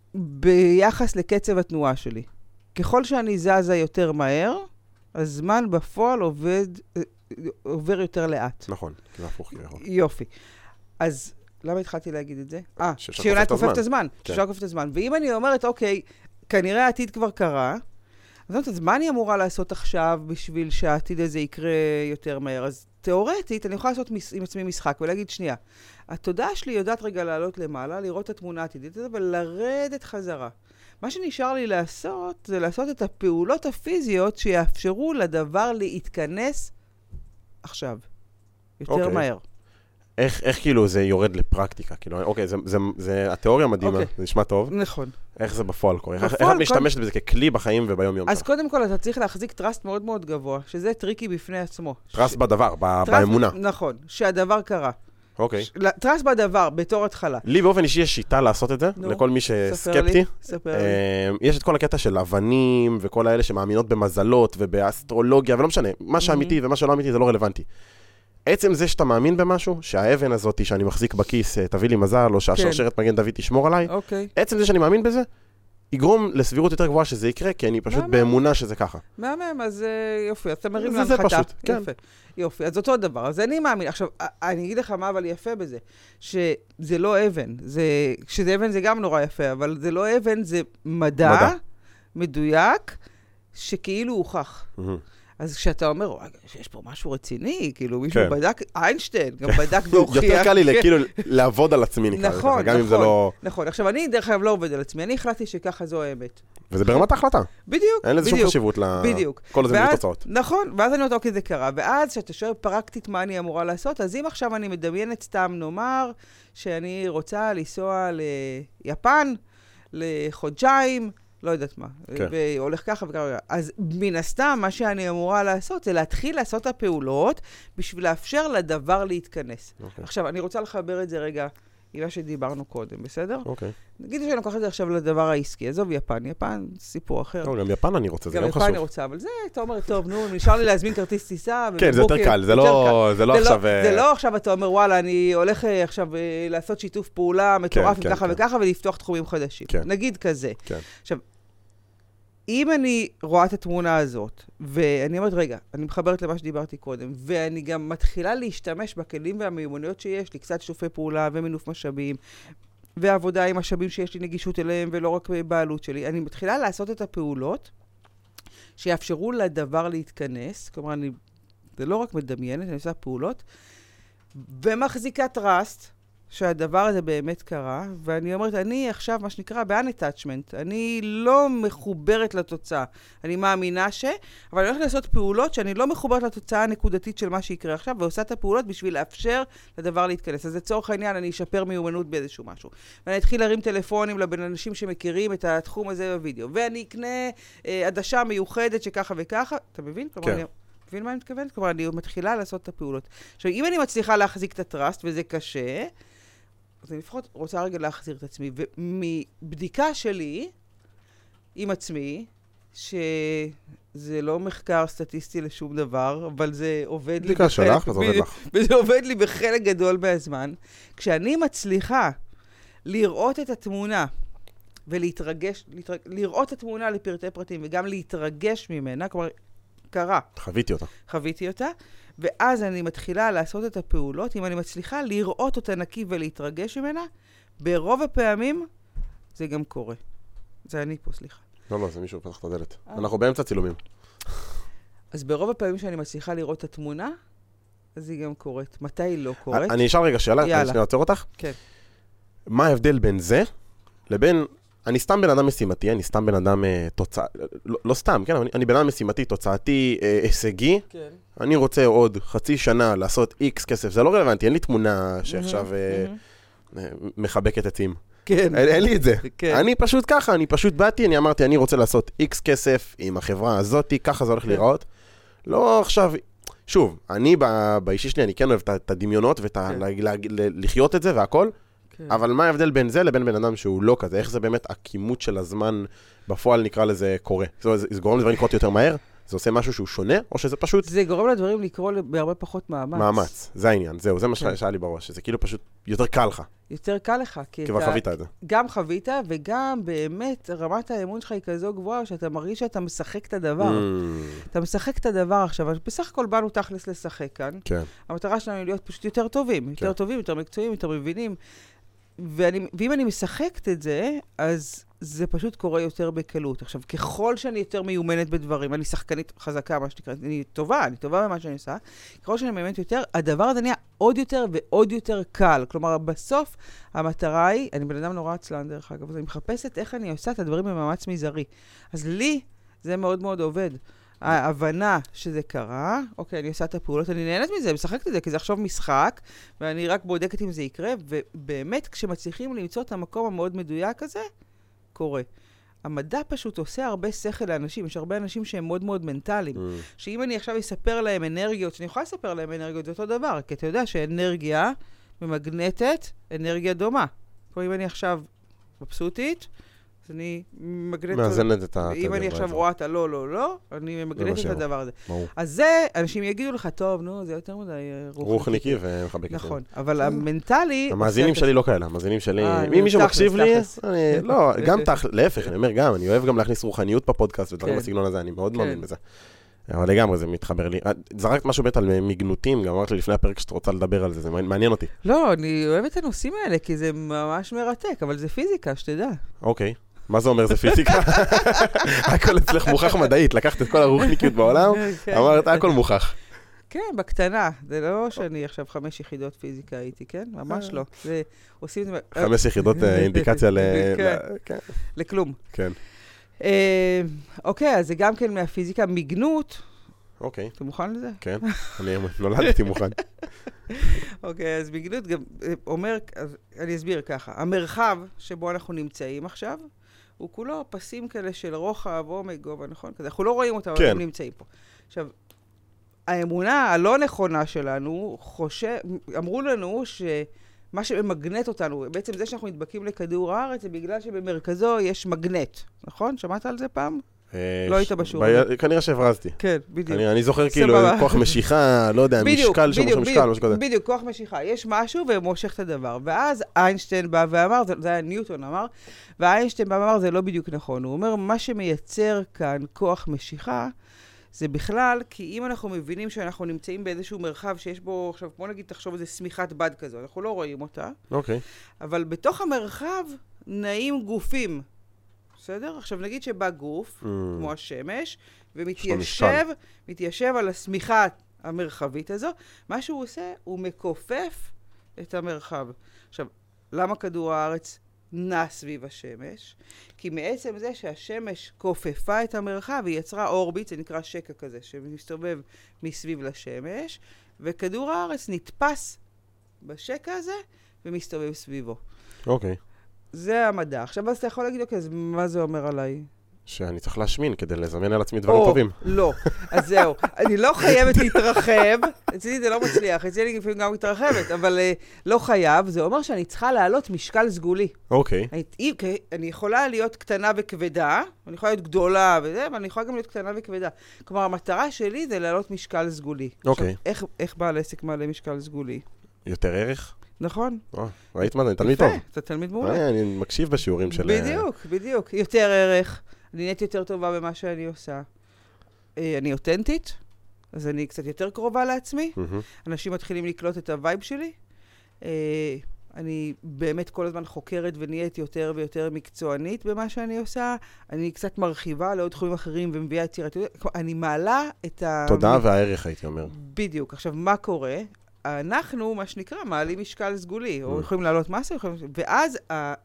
ביחס לקצב התנועה שלי. ככל שאני זזה יותר מהר, הזמן בפועל עובד, עובר יותר לאט. נכון, זה הפוך. יופי. אז... למה התחלתי להגיד את זה? אה, שאולי קופף את הזמן. שאולי קופף את הזמן. ואם אני אומרת, אוקיי, כנראה העתיד כבר קרה, אז מה אני אמורה לעשות עכשיו בשביל שהעתיד הזה יקרה יותר מהר? אז תיאורטית, אני יכולה לעשות עם עצמי משחק ולהגיד, שנייה, התודעה שלי יודעת רגע לעלות למעלה, לראות את התמונה העתידית הזאת, ולרדת חזרה. מה שנשאר לי לעשות, זה לעשות את הפעולות הפיזיות שיאפשרו לדבר להתכנס עכשיו. יותר מהר. איך, איך כאילו זה יורד לפרקטיקה? כאילו, אוקיי, זה, זה, זה התיאוריה מדהימה, אוקיי. זה נשמע טוב. נכון. איך זה בפועל קורה? בפועל, איך, איך את משתמשת בזה ככלי בחיים וביום יום? אז שלך? קודם כל, אתה צריך להחזיק טרסט מאוד מאוד גבוה, שזה טריקי בפני עצמו. טרסט ש... בדבר, ב... טרסט, באמונה. נכון, שהדבר קרה. אוקיי. ש... טרסט בדבר, בתור התחלה. לי באופן אישי יש שיטה לעשות את זה, נו, לכל מי שסקפטי. ספר אה, לי. יש את כל הקטע של אבנים, וכל האלה שמאמינות במזלות ובאסטרולוגיה, ולא משנה, מה שאמיתי ומה שלא אמיתי זה לא רלוונטי. עצם זה שאתה מאמין במשהו, שהאבן הזאת שאני מחזיק בכיס תביא לי מזל, או שהשרשרת מגן דוד תשמור עליי, אוקיי. עצם זה שאני מאמין בזה, יגרום לסבירות יותר גבוהה שזה יקרה, כי אני פשוט באמונה שזה ככה. מהמם, אז יופי, אז אתה מרים להנחתה. זה פשוט, כן. יפה. יופי, אז אותו דבר, אז אני מאמין. עכשיו, אני אגיד לך מה אבל יפה בזה, שזה לא אבן, כשזה אבן זה גם נורא יפה, אבל זה לא אבן, זה מדע, מדויק, שכאילו הוכח. אז כשאתה אומר, יש פה משהו רציני, כאילו מישהו בדק, איינשטיין גם בדק והוכיח. יותר קל לי כאילו לעבוד על עצמי, נכון, גם אם זה לא... נכון. עכשיו, אני דרך אגב לא עובד על עצמי, אני החלטתי שככה זו האמת. וזה ברמת ההחלטה. בדיוק, אין לזה שום חשיבות לכל הזה מביא תוצאות. נכון, ואז אני אומרת, אוקיי, זה קרה. ואז כשאתה שואל פרקטית מה אני אמורה לעשות, אז אם עכשיו אני מדמיינת סתם, נאמר, שאני רוצה לנסוע ליפן, לחודשיים, לא יודעת מה, כן. והולך ככה וככה. אז מן הסתם, מה שאני אמורה לעשות, זה להתחיל לעשות את הפעולות, בשביל לאפשר לדבר להתכנס. אוקיי. עכשיו, אני רוצה לחבר את זה רגע, עם מה שדיברנו קודם, בסדר? אוקיי. נגיד שאני לוקח את זה עכשיו לדבר העסקי, עזוב יפן, יפן, סיפור אחר. לא, גם יפן אני רוצה, זה גם חשוב. גם יפן אני רוצה, אבל זה, אתה אומר, טוב, נו, נשאר לי להזמין כרטיס טיסה. כן, זה יותר קל, זה לא עכשיו... זה לא עכשיו, אתה אומר, וואלה, אני הולך עכשיו לעשות שיתוף פעולה מטורף וככה וככה, ולפתוח תחומים חדשים. נגיד כזה. עכשיו, אם אני רואה את התמונה הזאת, ואני אומרת, רגע, אני מחברת למה שדיברתי קודם, ואני גם מתחילה להשתמש בכלים והמיומנויות שיש לי, קצת שיתופי פעולה ומינוף משאבים, ועבודה עם משאבים שיש לי נגישות אליהם, ולא רק בעלות שלי, אני מתחילה לעשות את הפעולות שיאפשרו לדבר להתכנס, כלומר, אני, זה לא רק מדמיינת, אני עושה פעולות, ומחזיקה טראסט, שהדבר הזה באמת קרה, ואני אומרת, אני עכשיו, מה שנקרא, ב-unattachment, אני לא מחוברת לתוצאה. אני מאמינה ש... אבל אני הולכת לעשות פעולות שאני לא מחוברת לתוצאה הנקודתית של מה שיקרה עכשיו, ועושה את הפעולות בשביל לאפשר לדבר להתכנס. אז לצורך העניין, אני אשפר מיומנות באיזשהו משהו. ואני אתחיל להרים טלפונים לבין אנשים שמכירים את התחום הזה בווידאו. ואני אקנה אה, עדשה מיוחדת שככה וככה. אתה מבין? כן. כלומר, אני... מבין מה אני מתכוונת? כלומר, אני מתחילה לעשות את הפעולות. עכשיו, אם אני מצליחה להחזיק את הטראסט, וזה קשה, אז אני לפחות רוצה רגע להחזיר את עצמי. ומבדיקה שלי עם עצמי, שזה לא מחקר סטטיסטי לשום דבר, אבל זה עובד לי... בדיקה שלך, אז עובד לך. וזה עובד לי בחלק גדול מהזמן. כשאני מצליחה לראות את התמונה, ולהתרגש, להתרג... לראות את התמונה לפרטי פרטים, וגם להתרגש ממנה, כלומר, קרה. חוויתי אותה. חוויתי אותה. ואז אני מתחילה לעשות את הפעולות, אם אני מצליחה לראות אותה נקי ולהתרגש ממנה, ברוב הפעמים זה גם קורה. זה אני פה, סליחה. לא, לא, זה מישהו פתח את הדלת. אנחנו באמצע צילומים. אז ברוב הפעמים שאני מצליחה לראות את התמונה, אז היא גם קורית. מתי היא לא קורית? אני אשאל רגע שאלה, אני שנייה עוצר אותך. כן. מה ההבדל בין זה לבין... אני סתם בן אדם משימתי, אני סתם בן אדם תוצא... לא, לא סתם, כן? אני, אני בן אדם משימתי, תוצאתי, אה, הישגי. כן. אני רוצה עוד חצי שנה לעשות איקס כסף. זה לא רלוונטי, אין לי תמונה שעכשיו אה, אה, מחבקת עצים. כן. אין, אין לי את זה. כן. אני פשוט ככה, אני פשוט באתי, אני אמרתי, אני רוצה לעשות איקס כסף עם החברה הזאת, ככה זה הולך כן. להיראות. לא עכשיו... שוב, אני באישי שלי, אני כן אוהב את הדמיונות ואת כן. ה- ל- ל- לחיות את זה והכל. כן. אבל מה ההבדל בין זה לבין בן אדם שהוא לא כזה? איך זה באמת הכימות של הזמן בפועל נקרא לזה קורה? זאת אומרת, זה גורם לדברים לקרות יותר מהר? זה עושה משהו שהוא שונה? או שזה פשוט... זה גורם לדברים לקרוא בהרבה פחות מאמץ. מאמץ, זה העניין, זהו, זה מה כן. שהיה לי בראש, שזה כאילו פשוט יותר קל לך. יותר קל לך, כי כבר חווית את זה. גם חווית, וגם באמת רמת האמון שלך היא כזו גבוהה, שאתה מרגיש שאתה משחק את הדבר. Mm. אתה משחק את הדבר עכשיו, בסך הכל באנו תכלס לשחק כאן. כן. המטרה שלנו היא להיות פשוט יותר טובים, יותר כן. טובים, יותר מקצועיים, יותר מבינים. ואני, ואם אני משחקת את זה, אז זה פשוט קורה יותר בקלות. עכשיו, ככל שאני יותר מיומנת בדברים, אני שחקנית חזקה, מה שנקרא, אני טובה, אני טובה במה שאני עושה, ככל שאני מיומנת יותר, הדבר הזה נהיה עוד יותר ועוד יותר קל. כלומר, בסוף, המטרה היא, אני בן אדם נורא עצלן דרך אגב, אז אני מחפשת איך אני עושה את הדברים במאמץ מזערי. אז לי, זה מאוד מאוד עובד. ההבנה שזה קרה, אוקיי, אני עושה את הפעולות, אני נהנית מזה, משחקת את זה, כי זה עכשיו משחק, ואני רק בודקת אם זה יקרה, ובאמת כשמצליחים למצוא את המקום המאוד מדויק הזה, קורה. המדע פשוט עושה הרבה שכל לאנשים, יש הרבה אנשים שהם מאוד מאוד מנטליים, mm. שאם אני עכשיו אספר להם אנרגיות, שאני יכולה לספר להם אנרגיות, זה אותו דבר, כי אתה יודע שאנרגיה ממגנטת, אנרגיה דומה. כמו אם אני עכשיו מבסוטית, אז אני מגנטת... מאזנת את ה... אם אני עכשיו רואה את הלא, לא, לא, אני מגנטת את הדבר הזה. אז זה, אנשים יגידו לך, טוב, נו, זה יותר מדי רוחניקי. רוחניקי ומחבק את זה. נכון, אבל המנטלי... המאזינים שלי לא כאלה, המאזינים שלי... אם מישהו מקשיב לי, לא, גם להפך, אני אומר גם, אני אוהב גם להכניס רוחניות בפודקאסט ודברים בסגנון הזה, אני מאוד מאמין בזה. אבל לגמרי זה מתחבר לי. זרקת משהו בית על מגנותים, גם אמרת לי לפני הפרק שאתה רוצה לדבר על זה, זה מעניין אותי. לא, אני אוהב את הנושאים האלה, כי זה ממש מרתק, אבל זה פיזיקה, שתדע. אוקיי. מה זה אומר? זה פיזיקה? הכל אצלך מוכח מדעית, לקחת את כל הרוחניקיות בעולם, אמרת, הכל מוכח. כן, בקטנה. זה לא שאני עכשיו חמש יחידות פיזיקה הייתי, כן? ממש לא. זה עושים את זה... חמש יחידות אינדיקציה ל... לכלום. כן. אוקיי, אז זה גם כן מהפיזיקה. מגנות. אוקיי. אתה מוכן לזה? כן, אני נולדתי מוכן. אוקיי, אז מגנות גם אומר, אני אסביר ככה, המרחב שבו אנחנו נמצאים עכשיו, הוא כולו פסים כאלה של רוחב, עומק, גובה, נכון? כזה, אנחנו לא רואים אותם, אבל הם נמצאים פה. עכשיו, האמונה הלא נכונה שלנו, חושב, אמרו לנו שמה שממגנט אותנו, בעצם זה שאנחנו נדבקים לכדור הארץ, זה בגלל שבמרכזו יש מגנט, נכון? שמעת על זה פעם? לא היית בשיעור. כנראה שהברזתי. כן, בדיוק. אני זוכר כאילו כוח משיכה, לא יודע, משקל שם משקל, משהו כזה. בדיוק, כוח משיכה. יש משהו ומושך את הדבר. ואז איינשטיין בא ואמר, זה היה ניוטון אמר, ואיינשטיין בא ואמר, זה לא בדיוק נכון. הוא אומר, מה שמייצר כאן כוח משיכה, זה בכלל, כי אם אנחנו מבינים שאנחנו נמצאים באיזשהו מרחב שיש בו, עכשיו, בוא נגיד, תחשוב איזה סמיכת בד כזו, אנחנו לא רואים אותה. אוקיי. אבל בתוך המרחב נעים גופים. בסדר? עכשיו נגיד שבא גוף, mm. כמו השמש, ומתיישב, מתיישב על הסמיכה המרחבית הזו, מה שהוא עושה, הוא מקופף את המרחב. עכשיו, למה כדור הארץ נע סביב השמש? כי מעצם זה שהשמש קופפה את המרחב, היא יצרה אורביט, זה נקרא שקע כזה, שמסתובב מסביב לשמש, וכדור הארץ נתפס בשקע הזה, ומסתובב סביבו. אוקיי. Okay. זה המדע. עכשיו, אז אתה יכול להגיד, אוקיי, אז מה זה אומר עליי? שאני צריך להשמין כדי לזמן על עצמי דברים טובים. לא. אז זהו. אני לא חייבת להתרחב. אצלי זה לא מצליח. אצלי אני לפעמים גם מתרחבת, אבל לא חייב. זה אומר שאני צריכה להעלות משקל סגולי. אוקיי. אני יכולה להיות קטנה וכבדה, אני יכולה להיות גדולה וזה, אבל אני יכולה גם להיות קטנה וכבדה. כלומר, המטרה שלי זה להעלות משקל סגולי. אוקיי. איך בעל עסק מעלה משקל סגולי? יותר ערך? נכון. ראית מה זה? אני תלמיד טוב. אתה תלמיד מעולה. אני מקשיב בשיעורים של... בדיוק, בדיוק. יותר ערך. אני נהיית יותר טובה במה שאני עושה. אני אותנטית, אז אני קצת יותר קרובה לעצמי. אנשים מתחילים לקלוט את הווייב שלי. אני באמת כל הזמן חוקרת ונהיית יותר ויותר מקצוענית במה שאני עושה. אני קצת מרחיבה לעוד תחומים אחרים ומביאה יצירתיות. אני מעלה את ה... תודה והערך, הייתי אומר. בדיוק. עכשיו, מה קורה? אנחנו, מה שנקרא, מעלים משקל סגולי, או יכולים לעלות מסה, ואז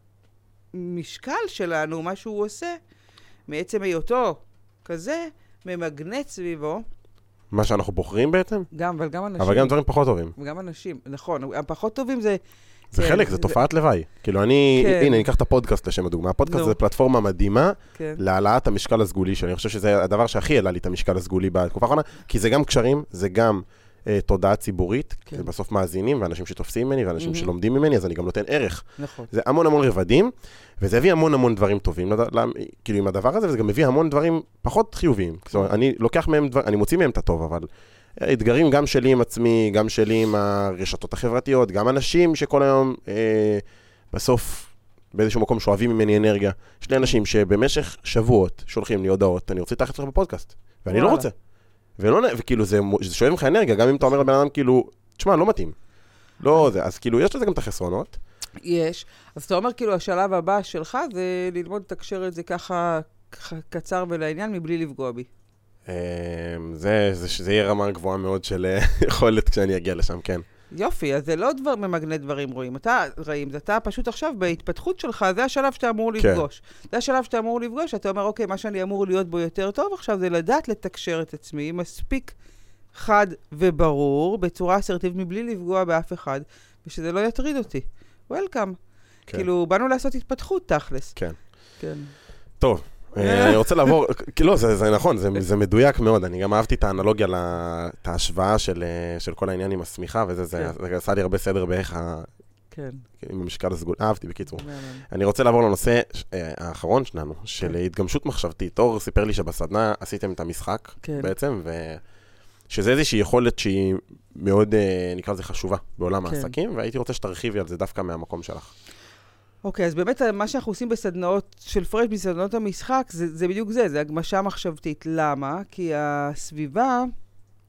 המשקל שלנו, מה שהוא עושה, מעצם היותו כזה, ממגנט סביבו. מה שאנחנו בוחרים בעצם? גם, אבל גם אנשים. אבל גם דברים פחות טובים. וגם אנשים, נכון. הפחות טובים זה... זה חלק, זה תופעת לוואי. כאילו אני, הנה, אני אקח את הפודקאסט לשם הדוגמה. הפודקאסט זה פלטפורמה מדהימה להעלאת המשקל הסגולי, שאני חושב שזה הדבר שהכי העלה לי את המשקל הסגולי בתקופה האחרונה, כי זה גם קשרים, זה גם תודעה ציבורית, זה בסוף מאזינים, ואנשים שתופסים ממני, ואנשים שלומדים ממני, אז אני גם נותן ערך. נכון. זה המון המון רבדים, וזה הביא המון המון דברים טובים, כאילו עם הדבר הזה, וזה גם מביא המון דברים פחות חיוביים. זאת אומרת, אני לוקח מהם דבר, אני מוציא מהם את הטוב, אבל אתגרים גם שלי עם עצמי, גם שלי עם הרשתות החברתיות, גם אנשים שכל היום בסוף באיזשהו מקום שואבים ממני אנרגיה. יש לי אנשים שבמשך שבועות שולחים לי הודעות, אני רוצה להתארח אצלך בפודקאסט, ואני לא רוצה. ולא, וכאילו זה, זה שואב לך אנרגיה, גם אם אתה אומר לבן אדם כאילו, תשמע, לא מתאים. לא זה, אז כאילו יש לזה גם את החסרונות. יש. אז אתה אומר כאילו השלב הבא שלך זה ללמוד לתקשר את זה ככה קצר ולעניין מבלי לפגוע בי. זה, זה, זה יהיה רמה גבוהה מאוד של יכולת כשאני אגיע לשם, כן. יופי, אז זה לא דבר ממגנט דברים רואים. אתה ראים, אתה פשוט עכשיו בהתפתחות שלך, זה השלב שאתה אמור לפגוש. זה השלב שאתה אמור לפגוש, אתה אומר, אוקיי, מה שאני אמור להיות בו יותר טוב עכשיו, זה לדעת לתקשר את עצמי, מספיק חד וברור, בצורה אסרטיבית, מבלי לפגוע באף אחד, ושזה לא יטריד אותי. וולקאם. כאילו, באנו לעשות התפתחות, תכלס. כן. כן. טוב. אני רוצה לעבור, לא, זה נכון, זה מדויק מאוד, אני גם אהבתי את האנלוגיה, את ההשוואה של כל העניין עם הסמיכה, וזה, זה עשה לי הרבה סדר באיך עם המשקל הסגול, אהבתי בקיצור. אני רוצה לעבור לנושא האחרון שלנו, של התגמשות מחשבתית. אור סיפר לי שבסדנה עשיתם את המשחק בעצם, שזה איזושהי יכולת שהיא מאוד, נקרא לזה חשובה בעולם העסקים, והייתי רוצה שתרחיבי על זה דווקא מהמקום שלך. אוקיי, אז באמת מה שאנחנו עושים בסדנאות של פרש, בסדנאות המשחק, זה, זה בדיוק זה, זה הגמשה מחשבתית. למה? כי הסביבה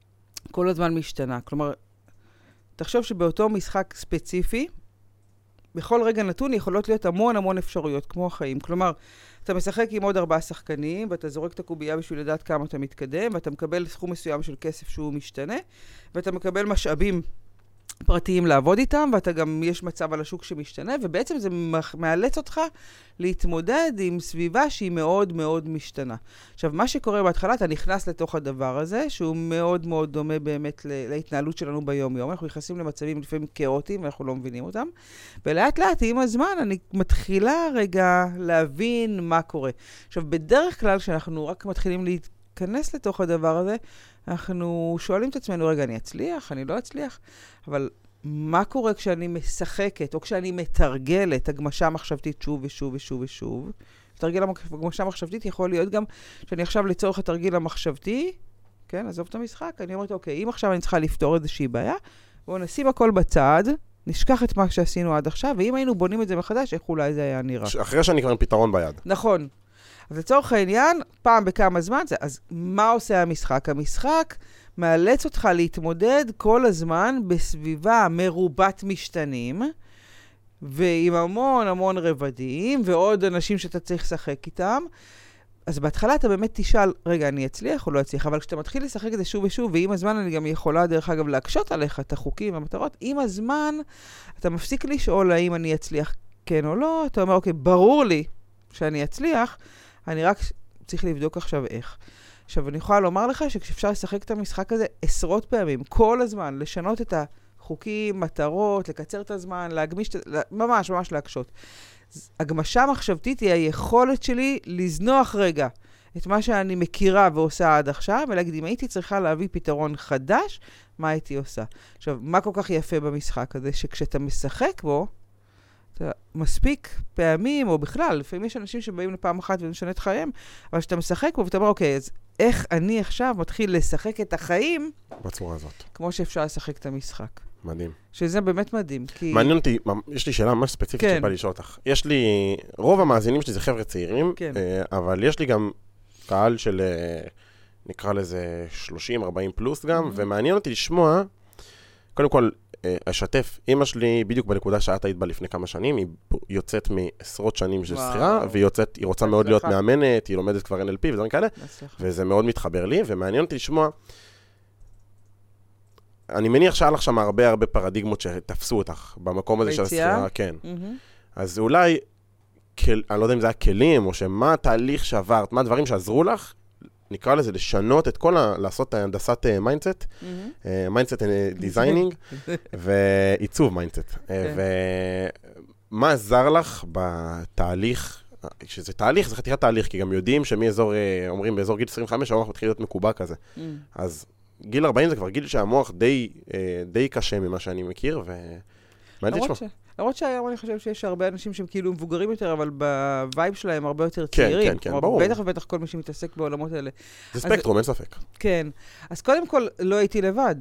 כל הזמן משתנה. כלומר, תחשוב שבאותו משחק ספציפי, בכל רגע נתון יכולות להיות המון המון אפשרויות, כמו החיים. כלומר, אתה משחק עם עוד ארבעה שחקנים, ואתה זורק את הקובייה בשביל לדעת כמה אתה מתקדם, ואתה מקבל סכום מסוים של כסף שהוא משתנה, ואתה מקבל משאבים פרטיים לעבוד איתם, ואתה גם, יש מצב על השוק שמשתנה, ובעצם זה מאלץ אותך להתמודד עם סביבה שהיא מאוד מאוד משתנה. עכשיו, מה שקורה בהתחלה, אתה נכנס לתוך הדבר הזה, שהוא מאוד מאוד דומה באמת להתנהלות שלנו ביום-יום. אנחנו נכנסים למצבים לפעמים כאוטיים, ואנחנו לא מבינים אותם, ולאט לאט, עם הזמן, אני מתחילה רגע להבין מה קורה. עכשיו, בדרך כלל, כשאנחנו רק מתחילים להיכנס לתוך הדבר הזה, אנחנו שואלים את עצמנו, רגע, אני אצליח? אני לא אצליח? אבל מה קורה כשאני משחקת, או כשאני מתרגלת הגמשה מחשבתית שוב ושוב ושוב ושוב? תרגיל הגמשה מחשבתית יכול להיות גם שאני עכשיו לצורך התרגיל המחשבתי, כן, עזוב את המשחק, אני אומרת, אוקיי, אם עכשיו אני צריכה לפתור איזושהי בעיה, בואו נשים הכל בצד, נשכח את מה שעשינו עד עכשיו, ואם היינו בונים את זה מחדש, איך אולי זה היה נראה? אחרי שאני כבר עם פתרון ביד. נכון. אז לצורך העניין, פעם בכמה זמן, זה, אז מה עושה המשחק? המשחק מאלץ אותך להתמודד כל הזמן בסביבה מרובת משתנים, ועם המון המון רבדים, ועוד אנשים שאתה צריך לשחק איתם. אז בהתחלה אתה באמת תשאל, רגע, אני אצליח או לא אצליח? אבל כשאתה מתחיל לשחק את זה שוב ושוב, ועם הזמן אני גם יכולה, דרך אגב, להקשות עליך את החוקים והמטרות, עם הזמן אתה מפסיק לשאול האם אני אצליח כן או לא, אתה אומר, אוקיי, ברור לי שאני אצליח, אני רק צריך לבדוק עכשיו איך. עכשיו, אני יכולה לומר לך שכשאפשר לשחק את המשחק הזה עשרות פעמים, כל הזמן, לשנות את החוקים, מטרות, לקצר את הזמן, להגמיש, ממש, ממש להקשות. הגמשה מחשבתית היא היכולת שלי לזנוח רגע את מה שאני מכירה ועושה עד עכשיו, ולהגיד, אם הייתי צריכה להביא פתרון חדש, מה הייתי עושה? עכשיו, מה כל כך יפה במשחק הזה? שכשאתה משחק בו, אתה מספיק פעמים, או בכלל, לפעמים יש אנשים שבאים לפעם אחת ומשנה את חייהם, אבל כשאתה משחק בו ואתה אומר, אוקיי, אז איך אני עכשיו מתחיל לשחק את החיים בצורה הזאת. כמו שאפשר לשחק את המשחק. מדהים. שזה באמת מדהים, כי... מעניין אותי, יש לי שאלה ממש ספציפית כן. שבא לשאול אותך. יש לי, רוב המאזינים שלי זה חבר'ה צעירים, כן. אבל יש לי גם קהל של, נקרא לזה שלושים ארבעים פלוס גם, mm-hmm. ומעניין אותי לשמוע, קודם כל, אשתף, אמא שלי בדיוק בנקודה שאת היית בה לפני כמה שנים, היא יוצאת מעשרות שנים של שכירה, והיא יוצאת, היא רוצה מאוד להיות מאמנת, היא לומדת כבר אן אל פי ודברים כאלה, וזה מאוד מתחבר לי, ומעניין אותי לשמוע, אני מניח שהיה לך שם הרבה הרבה פרדיגמות שתפסו אותך במקום הזה של השכירה, כן. אז אולי, אני לא יודע אם זה היה כלים, או שמה התהליך שעברת, מה הדברים שעזרו לך, נקרא לזה לשנות את כל ה... לעשות הנדסת מיינדסט, מיינדסט דיזיינינג, ועיצוב מיינדסט. ומה עזר לך בתהליך, שזה תהליך, זה חתיכת תהליך, כי גם יודעים שמאזור, אומרים באזור גיל עשרים וחמש, המוח מתחיל להיות מקובע כזה. אז גיל ארבעים זה כבר גיל שהמוח די, די קשה ממה שאני מכיר, ומעניין לשמוע. למרות שהיום אני חושב שיש הרבה אנשים שהם כאילו מבוגרים יותר, אבל בווייב שלהם הרבה יותר צעירים. כן, כן, כן, ברור. בטח ובטח כל מי שמתעסק בעולמות האלה. זה ספקטרום, אין ספק. כן. אז קודם כל, לא הייתי לבד.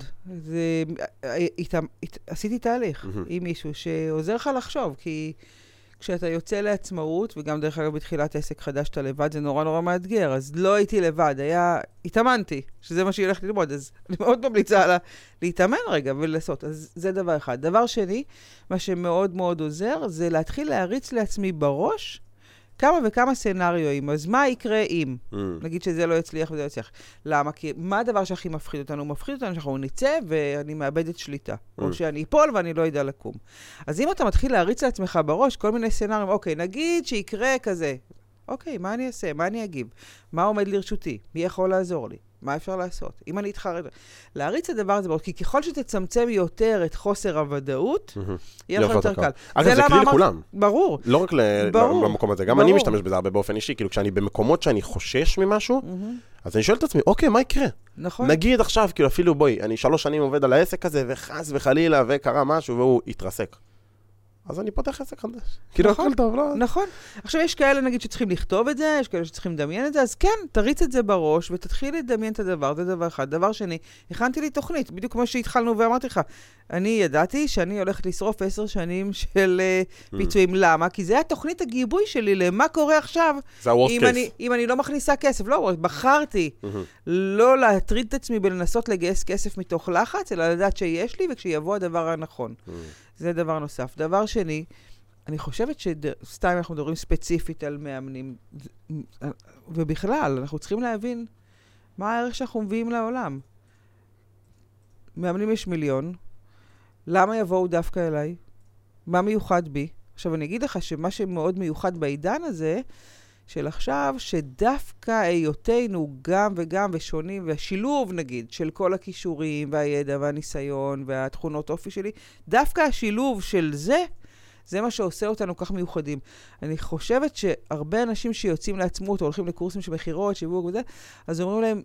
עשיתי תהליך עם מישהו שעוזר לך לחשוב, כי כשאתה יוצא לעצמאות, וגם דרך אגב בתחילת עסק חדש אתה לבד, זה נורא נורא מאתגר, אז לא הייתי לבד, היה, התאמנתי, שזה מה שהיא הולכת ללמוד, אז אני מאוד ממליצה לה להתאמן רגע ולעשות, אז זה דבר אחד. דבר שני, מה שמאוד מאוד עוזר, זה להתחיל להריץ לעצמי בראש, כמה וכמה סנריואים, אז מה יקרה אם? Mm. נגיד שזה לא יצליח וזה לא יצליח. למה? כי מה הדבר שהכי מפחיד אותנו? הוא מפחיד אותנו שאנחנו נצא ואני מאבדת שליטה. Mm. או שאני אפול ואני לא יודע לקום. אז אם אתה מתחיל להריץ לעצמך בראש כל מיני סנריואים, אוקיי, נגיד שיקרה כזה. אוקיי, מה אני אעשה? מה אני אגיב? מה עומד לרשותי? מי יכול לעזור לי? מה אפשר לעשות? אם אני אתחרט... להריץ הדבר הזה, כי ככל שתצמצם יותר את חוסר הוודאות, יהיה לך יותר קל. אגב, זה כלי לכולם. ברור. לא רק למקום הזה. גם אני משתמש בזה הרבה באופן אישי, כאילו כשאני במקומות שאני חושש ממשהו, אז אני שואל את עצמי, אוקיי, מה יקרה? נכון. נגיד עכשיו, כאילו אפילו בואי, אני שלוש שנים עובד על העסק הזה, וחס וחלילה, וקרה משהו, והוא התרסק. אז אני פותח עסק חדש. כאילו, הכל טוב, לא? נכון. עכשיו, יש כאלה, נגיד, שצריכים לכתוב את זה, יש כאלה שצריכים לדמיין את זה, אז כן, תריץ את זה בראש, ותתחיל לדמיין את הדבר, זה דבר אחד. דבר שני, הכנתי לי תוכנית, בדיוק כמו שהתחלנו ואמרתי לך, אני ידעתי שאני הולכת לשרוף עשר שנים של פיצויים. למה? כי זה התוכנית הגיבוי שלי למה קורה עכשיו, זה ה-worst case. אם אני לא מכניסה כסף. לא, בחרתי לא להטריד את עצמי בלנסות לגייס כסף מתוך לחץ, אלא לדעת שיש לי, וכשיבוא הדבר הנכון. זה דבר נוסף. דבר שני, אני חושבת שסתם אנחנו מדברים ספציפית על מאמנים, ובכלל, אנחנו צריכים להבין מה הערך שאנחנו מביאים לעולם. מאמנים יש מיליון, למה יבואו דווקא אליי? מה מיוחד בי? עכשיו אני אגיד לך שמה שמאוד מיוחד בעידן הזה, של עכשיו, שדווקא היותנו גם וגם ושונים, והשילוב נגיד, של כל הכישורים והידע והניסיון והתכונות אופי שלי, דווקא השילוב של זה, זה מה שעושה אותנו כך מיוחדים. אני חושבת שהרבה אנשים שיוצאים לעצמות, או הולכים לקורסים של מחירות, שיווק וזה, אז אומרים להם,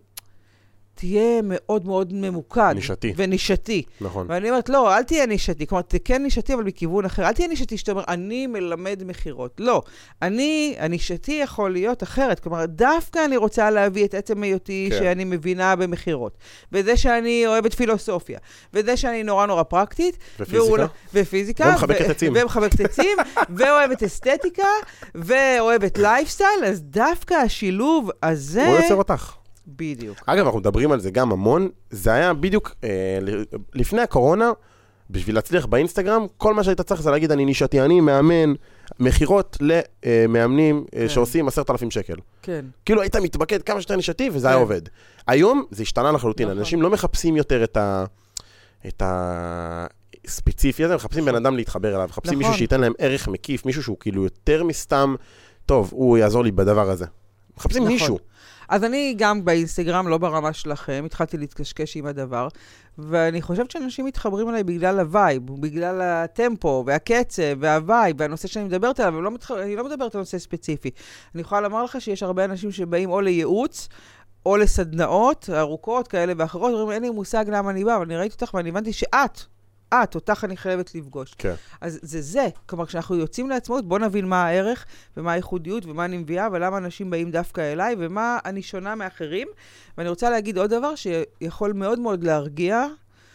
תהיה מאוד מאוד ממוקד. נישתי. ונישתי. נכון. ואני אומרת, לא, אל תהיה נישתי. כלומר, תהיה נישתי, אבל מכיוון אחר. אל תהיה נישתי שאתה אומר, אני מלמד מחירות. לא. אני, הנישתי יכול להיות אחרת. כלומר, דווקא אני רוצה להביא את עצם היותי כן. שאני מבינה במחירות. וזה שאני אוהבת פילוסופיה. וזה שאני נורא נורא פרקטית. ופיזיקה. ואול... ופיזיקה. ומחבקת עצים. ומחבקת עצים. ואוהבת אסתטיקה. ואוהבת לייפסטייל. אז דווקא השילוב הזה... הוא יוצר אותך. בדיוק. אגב, אנחנו מדברים על זה גם המון, זה היה בדיוק אה, לפני הקורונה, בשביל להצליח באינסטגרם, כל מה שהיית צריך זה להגיד, אני נישתי, אני מאמן מחירות למאמנים כן. שעושים עשרת אלפים שקל. כן. כאילו היית מתבקד כמה שיותר נישתי, וזה כן. היה עובד. היום זה השתנה לחלוטין, נכון. אנשים לא מחפשים יותר את ה... את ה... ספציפי הזה, מחפשים בן אדם להתחבר אליו, מחפשים נכון. מישהו שייתן להם ערך מקיף, מישהו שהוא כאילו יותר מסתם, טוב, הוא יעזור לי בדבר הזה. מחפשים נכון. מישהו. אז אני גם באינסטגרם, לא ברמה שלכם, התחלתי להתקשקש עם הדבר, ואני חושבת שאנשים מתחברים אליי בגלל הווייב, בגלל הטמפו והקצב והווייב, והנושא שאני מדברת עליו, לא מתח... אני לא מדברת על נושא ספציפי. אני יכולה לומר לך שיש הרבה אנשים שבאים או לייעוץ, או לסדנאות ארוכות כאלה ואחרות, אומרים, אין לי מושג למה אני בא, אבל אני ראיתי אותך ואני הבנתי שאת, את, אותך אני חייבת לפגוש. כן. אז זה זה. כלומר, כשאנחנו יוצאים לעצמאות, בוא נבין מה הערך, ומה הייחודיות, ומה אני מביאה, ולמה אנשים באים דווקא אליי, ומה אני שונה מאחרים. ואני רוצה להגיד עוד דבר שיכול מאוד מאוד להרגיע,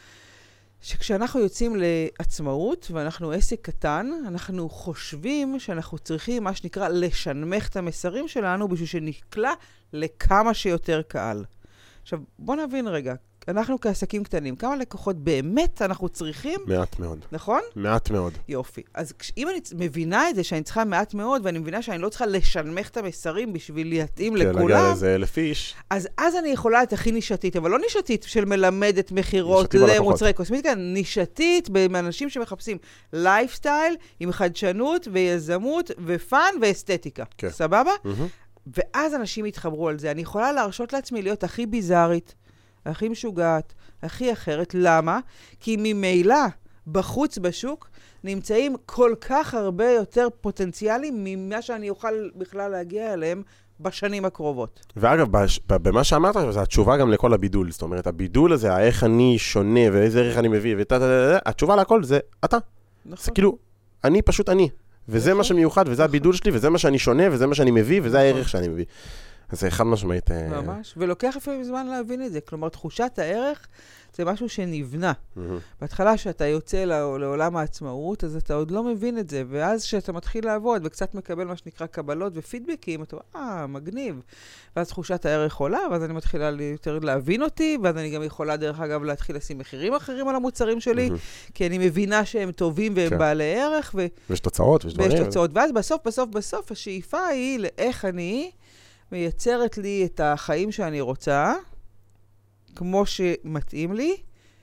שכשאנחנו יוצאים לעצמאות, ואנחנו עסק קטן, אנחנו חושבים שאנחנו צריכים, מה שנקרא, לשנמך את המסרים שלנו, בשביל שנקלע לכמה שיותר קהל. עכשיו, בוא נבין רגע. אנחנו כעסקים קטנים, כמה לקוחות באמת אנחנו צריכים? מעט מאוד. נכון? מעט מאוד. יופי. אז אם אני מבינה את זה, שאני צריכה מעט מאוד, ואני מבינה שאני לא צריכה לשנמך את המסרים בשביל להתאים לכולם, כן, להגיע לאיזה אלף איש. אז אז אני יכולה את הכי נישתית, אבל לא נישתית של מלמדת מחירות למוצרי קוסמטיקה, נישתית באנשים שמחפשים לייפסטייל עם חדשנות ויזמות ופן ואסתטיקה. כן. סבבה? Mm-hmm. ואז אנשים יתחברו על זה. אני יכולה להרשות לעצמי להיות הכי ביזארית, הכי משוגעת, הכי אחרת. למה? כי ממילא בחוץ בשוק נמצאים כל כך הרבה יותר פוטנציאלים ממה שאני אוכל בכלל להגיע אליהם בשנים הקרובות. ואגב, במה שאמרת, זו התשובה גם לכל הבידול. זאת אומרת, הבידול הזה, איך אני שונה ואיזה ערך אני מביא, התשובה להכל זה אתה. נכון. זה כאילו, אני פשוט אני. וזה מה שמיוחד, וזה הבידול שלי, וזה מה שאני שונה, וזה מה שאני מביא, וזה הערך שאני מביא. אז זה אחד משמעית... ממש, ולוקח לפעמים זמן להבין את זה. כלומר, תחושת הערך זה משהו שנבנה. בהתחלה שאתה יוצא לעולם העצמאות, אז אתה עוד לא מבין את זה, ואז שאתה מתחיל לעבוד וקצת מקבל מה שנקרא קבלות ופידבקים, אתה אומר, אה, מגניב. ואז תחושת הערך עולה, ואז אני מתחילה יותר להבין אותי, ואז אני גם יכולה דרך אגב להתחיל לשים מחירים אחרים על המוצרים שלי, כי אני מבינה שהם טובים והם בעלי ערך. ויש תוצאות, ויש דברים. ויש תוצאות, ואז בסוף, בסוף, בסוף, השאיפה היא לאיך אני מייצרת לי את החיים שאני רוצה, כמו שמתאים לי,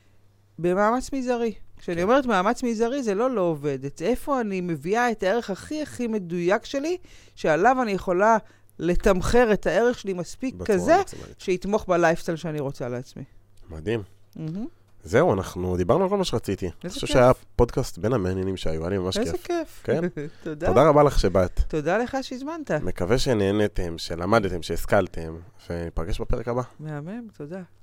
במאמץ מזערי. כשאני אומרת מאמץ מזערי, זה לא לא עובד. זה איפה אני מביאה את הערך הכי הכי מדויק שלי, שעליו אני יכולה לתמחר את הערך שלי מספיק כזה, שיתמוך בלייפסטייל שאני רוצה לעצמי. מדהים. זהו, אנחנו דיברנו על כל מה שרציתי. אני חושב שהיה פודקאסט בין המעניינים שהיו, היה לי ממש כיף. איזה כיף. כן? תודה. תודה רבה לך שבאת. תודה לך שהזמנת. מקווה שנהנתם, שלמדתם, שהשכלתם, וניפגש בפרק הבא. מהמם, תודה.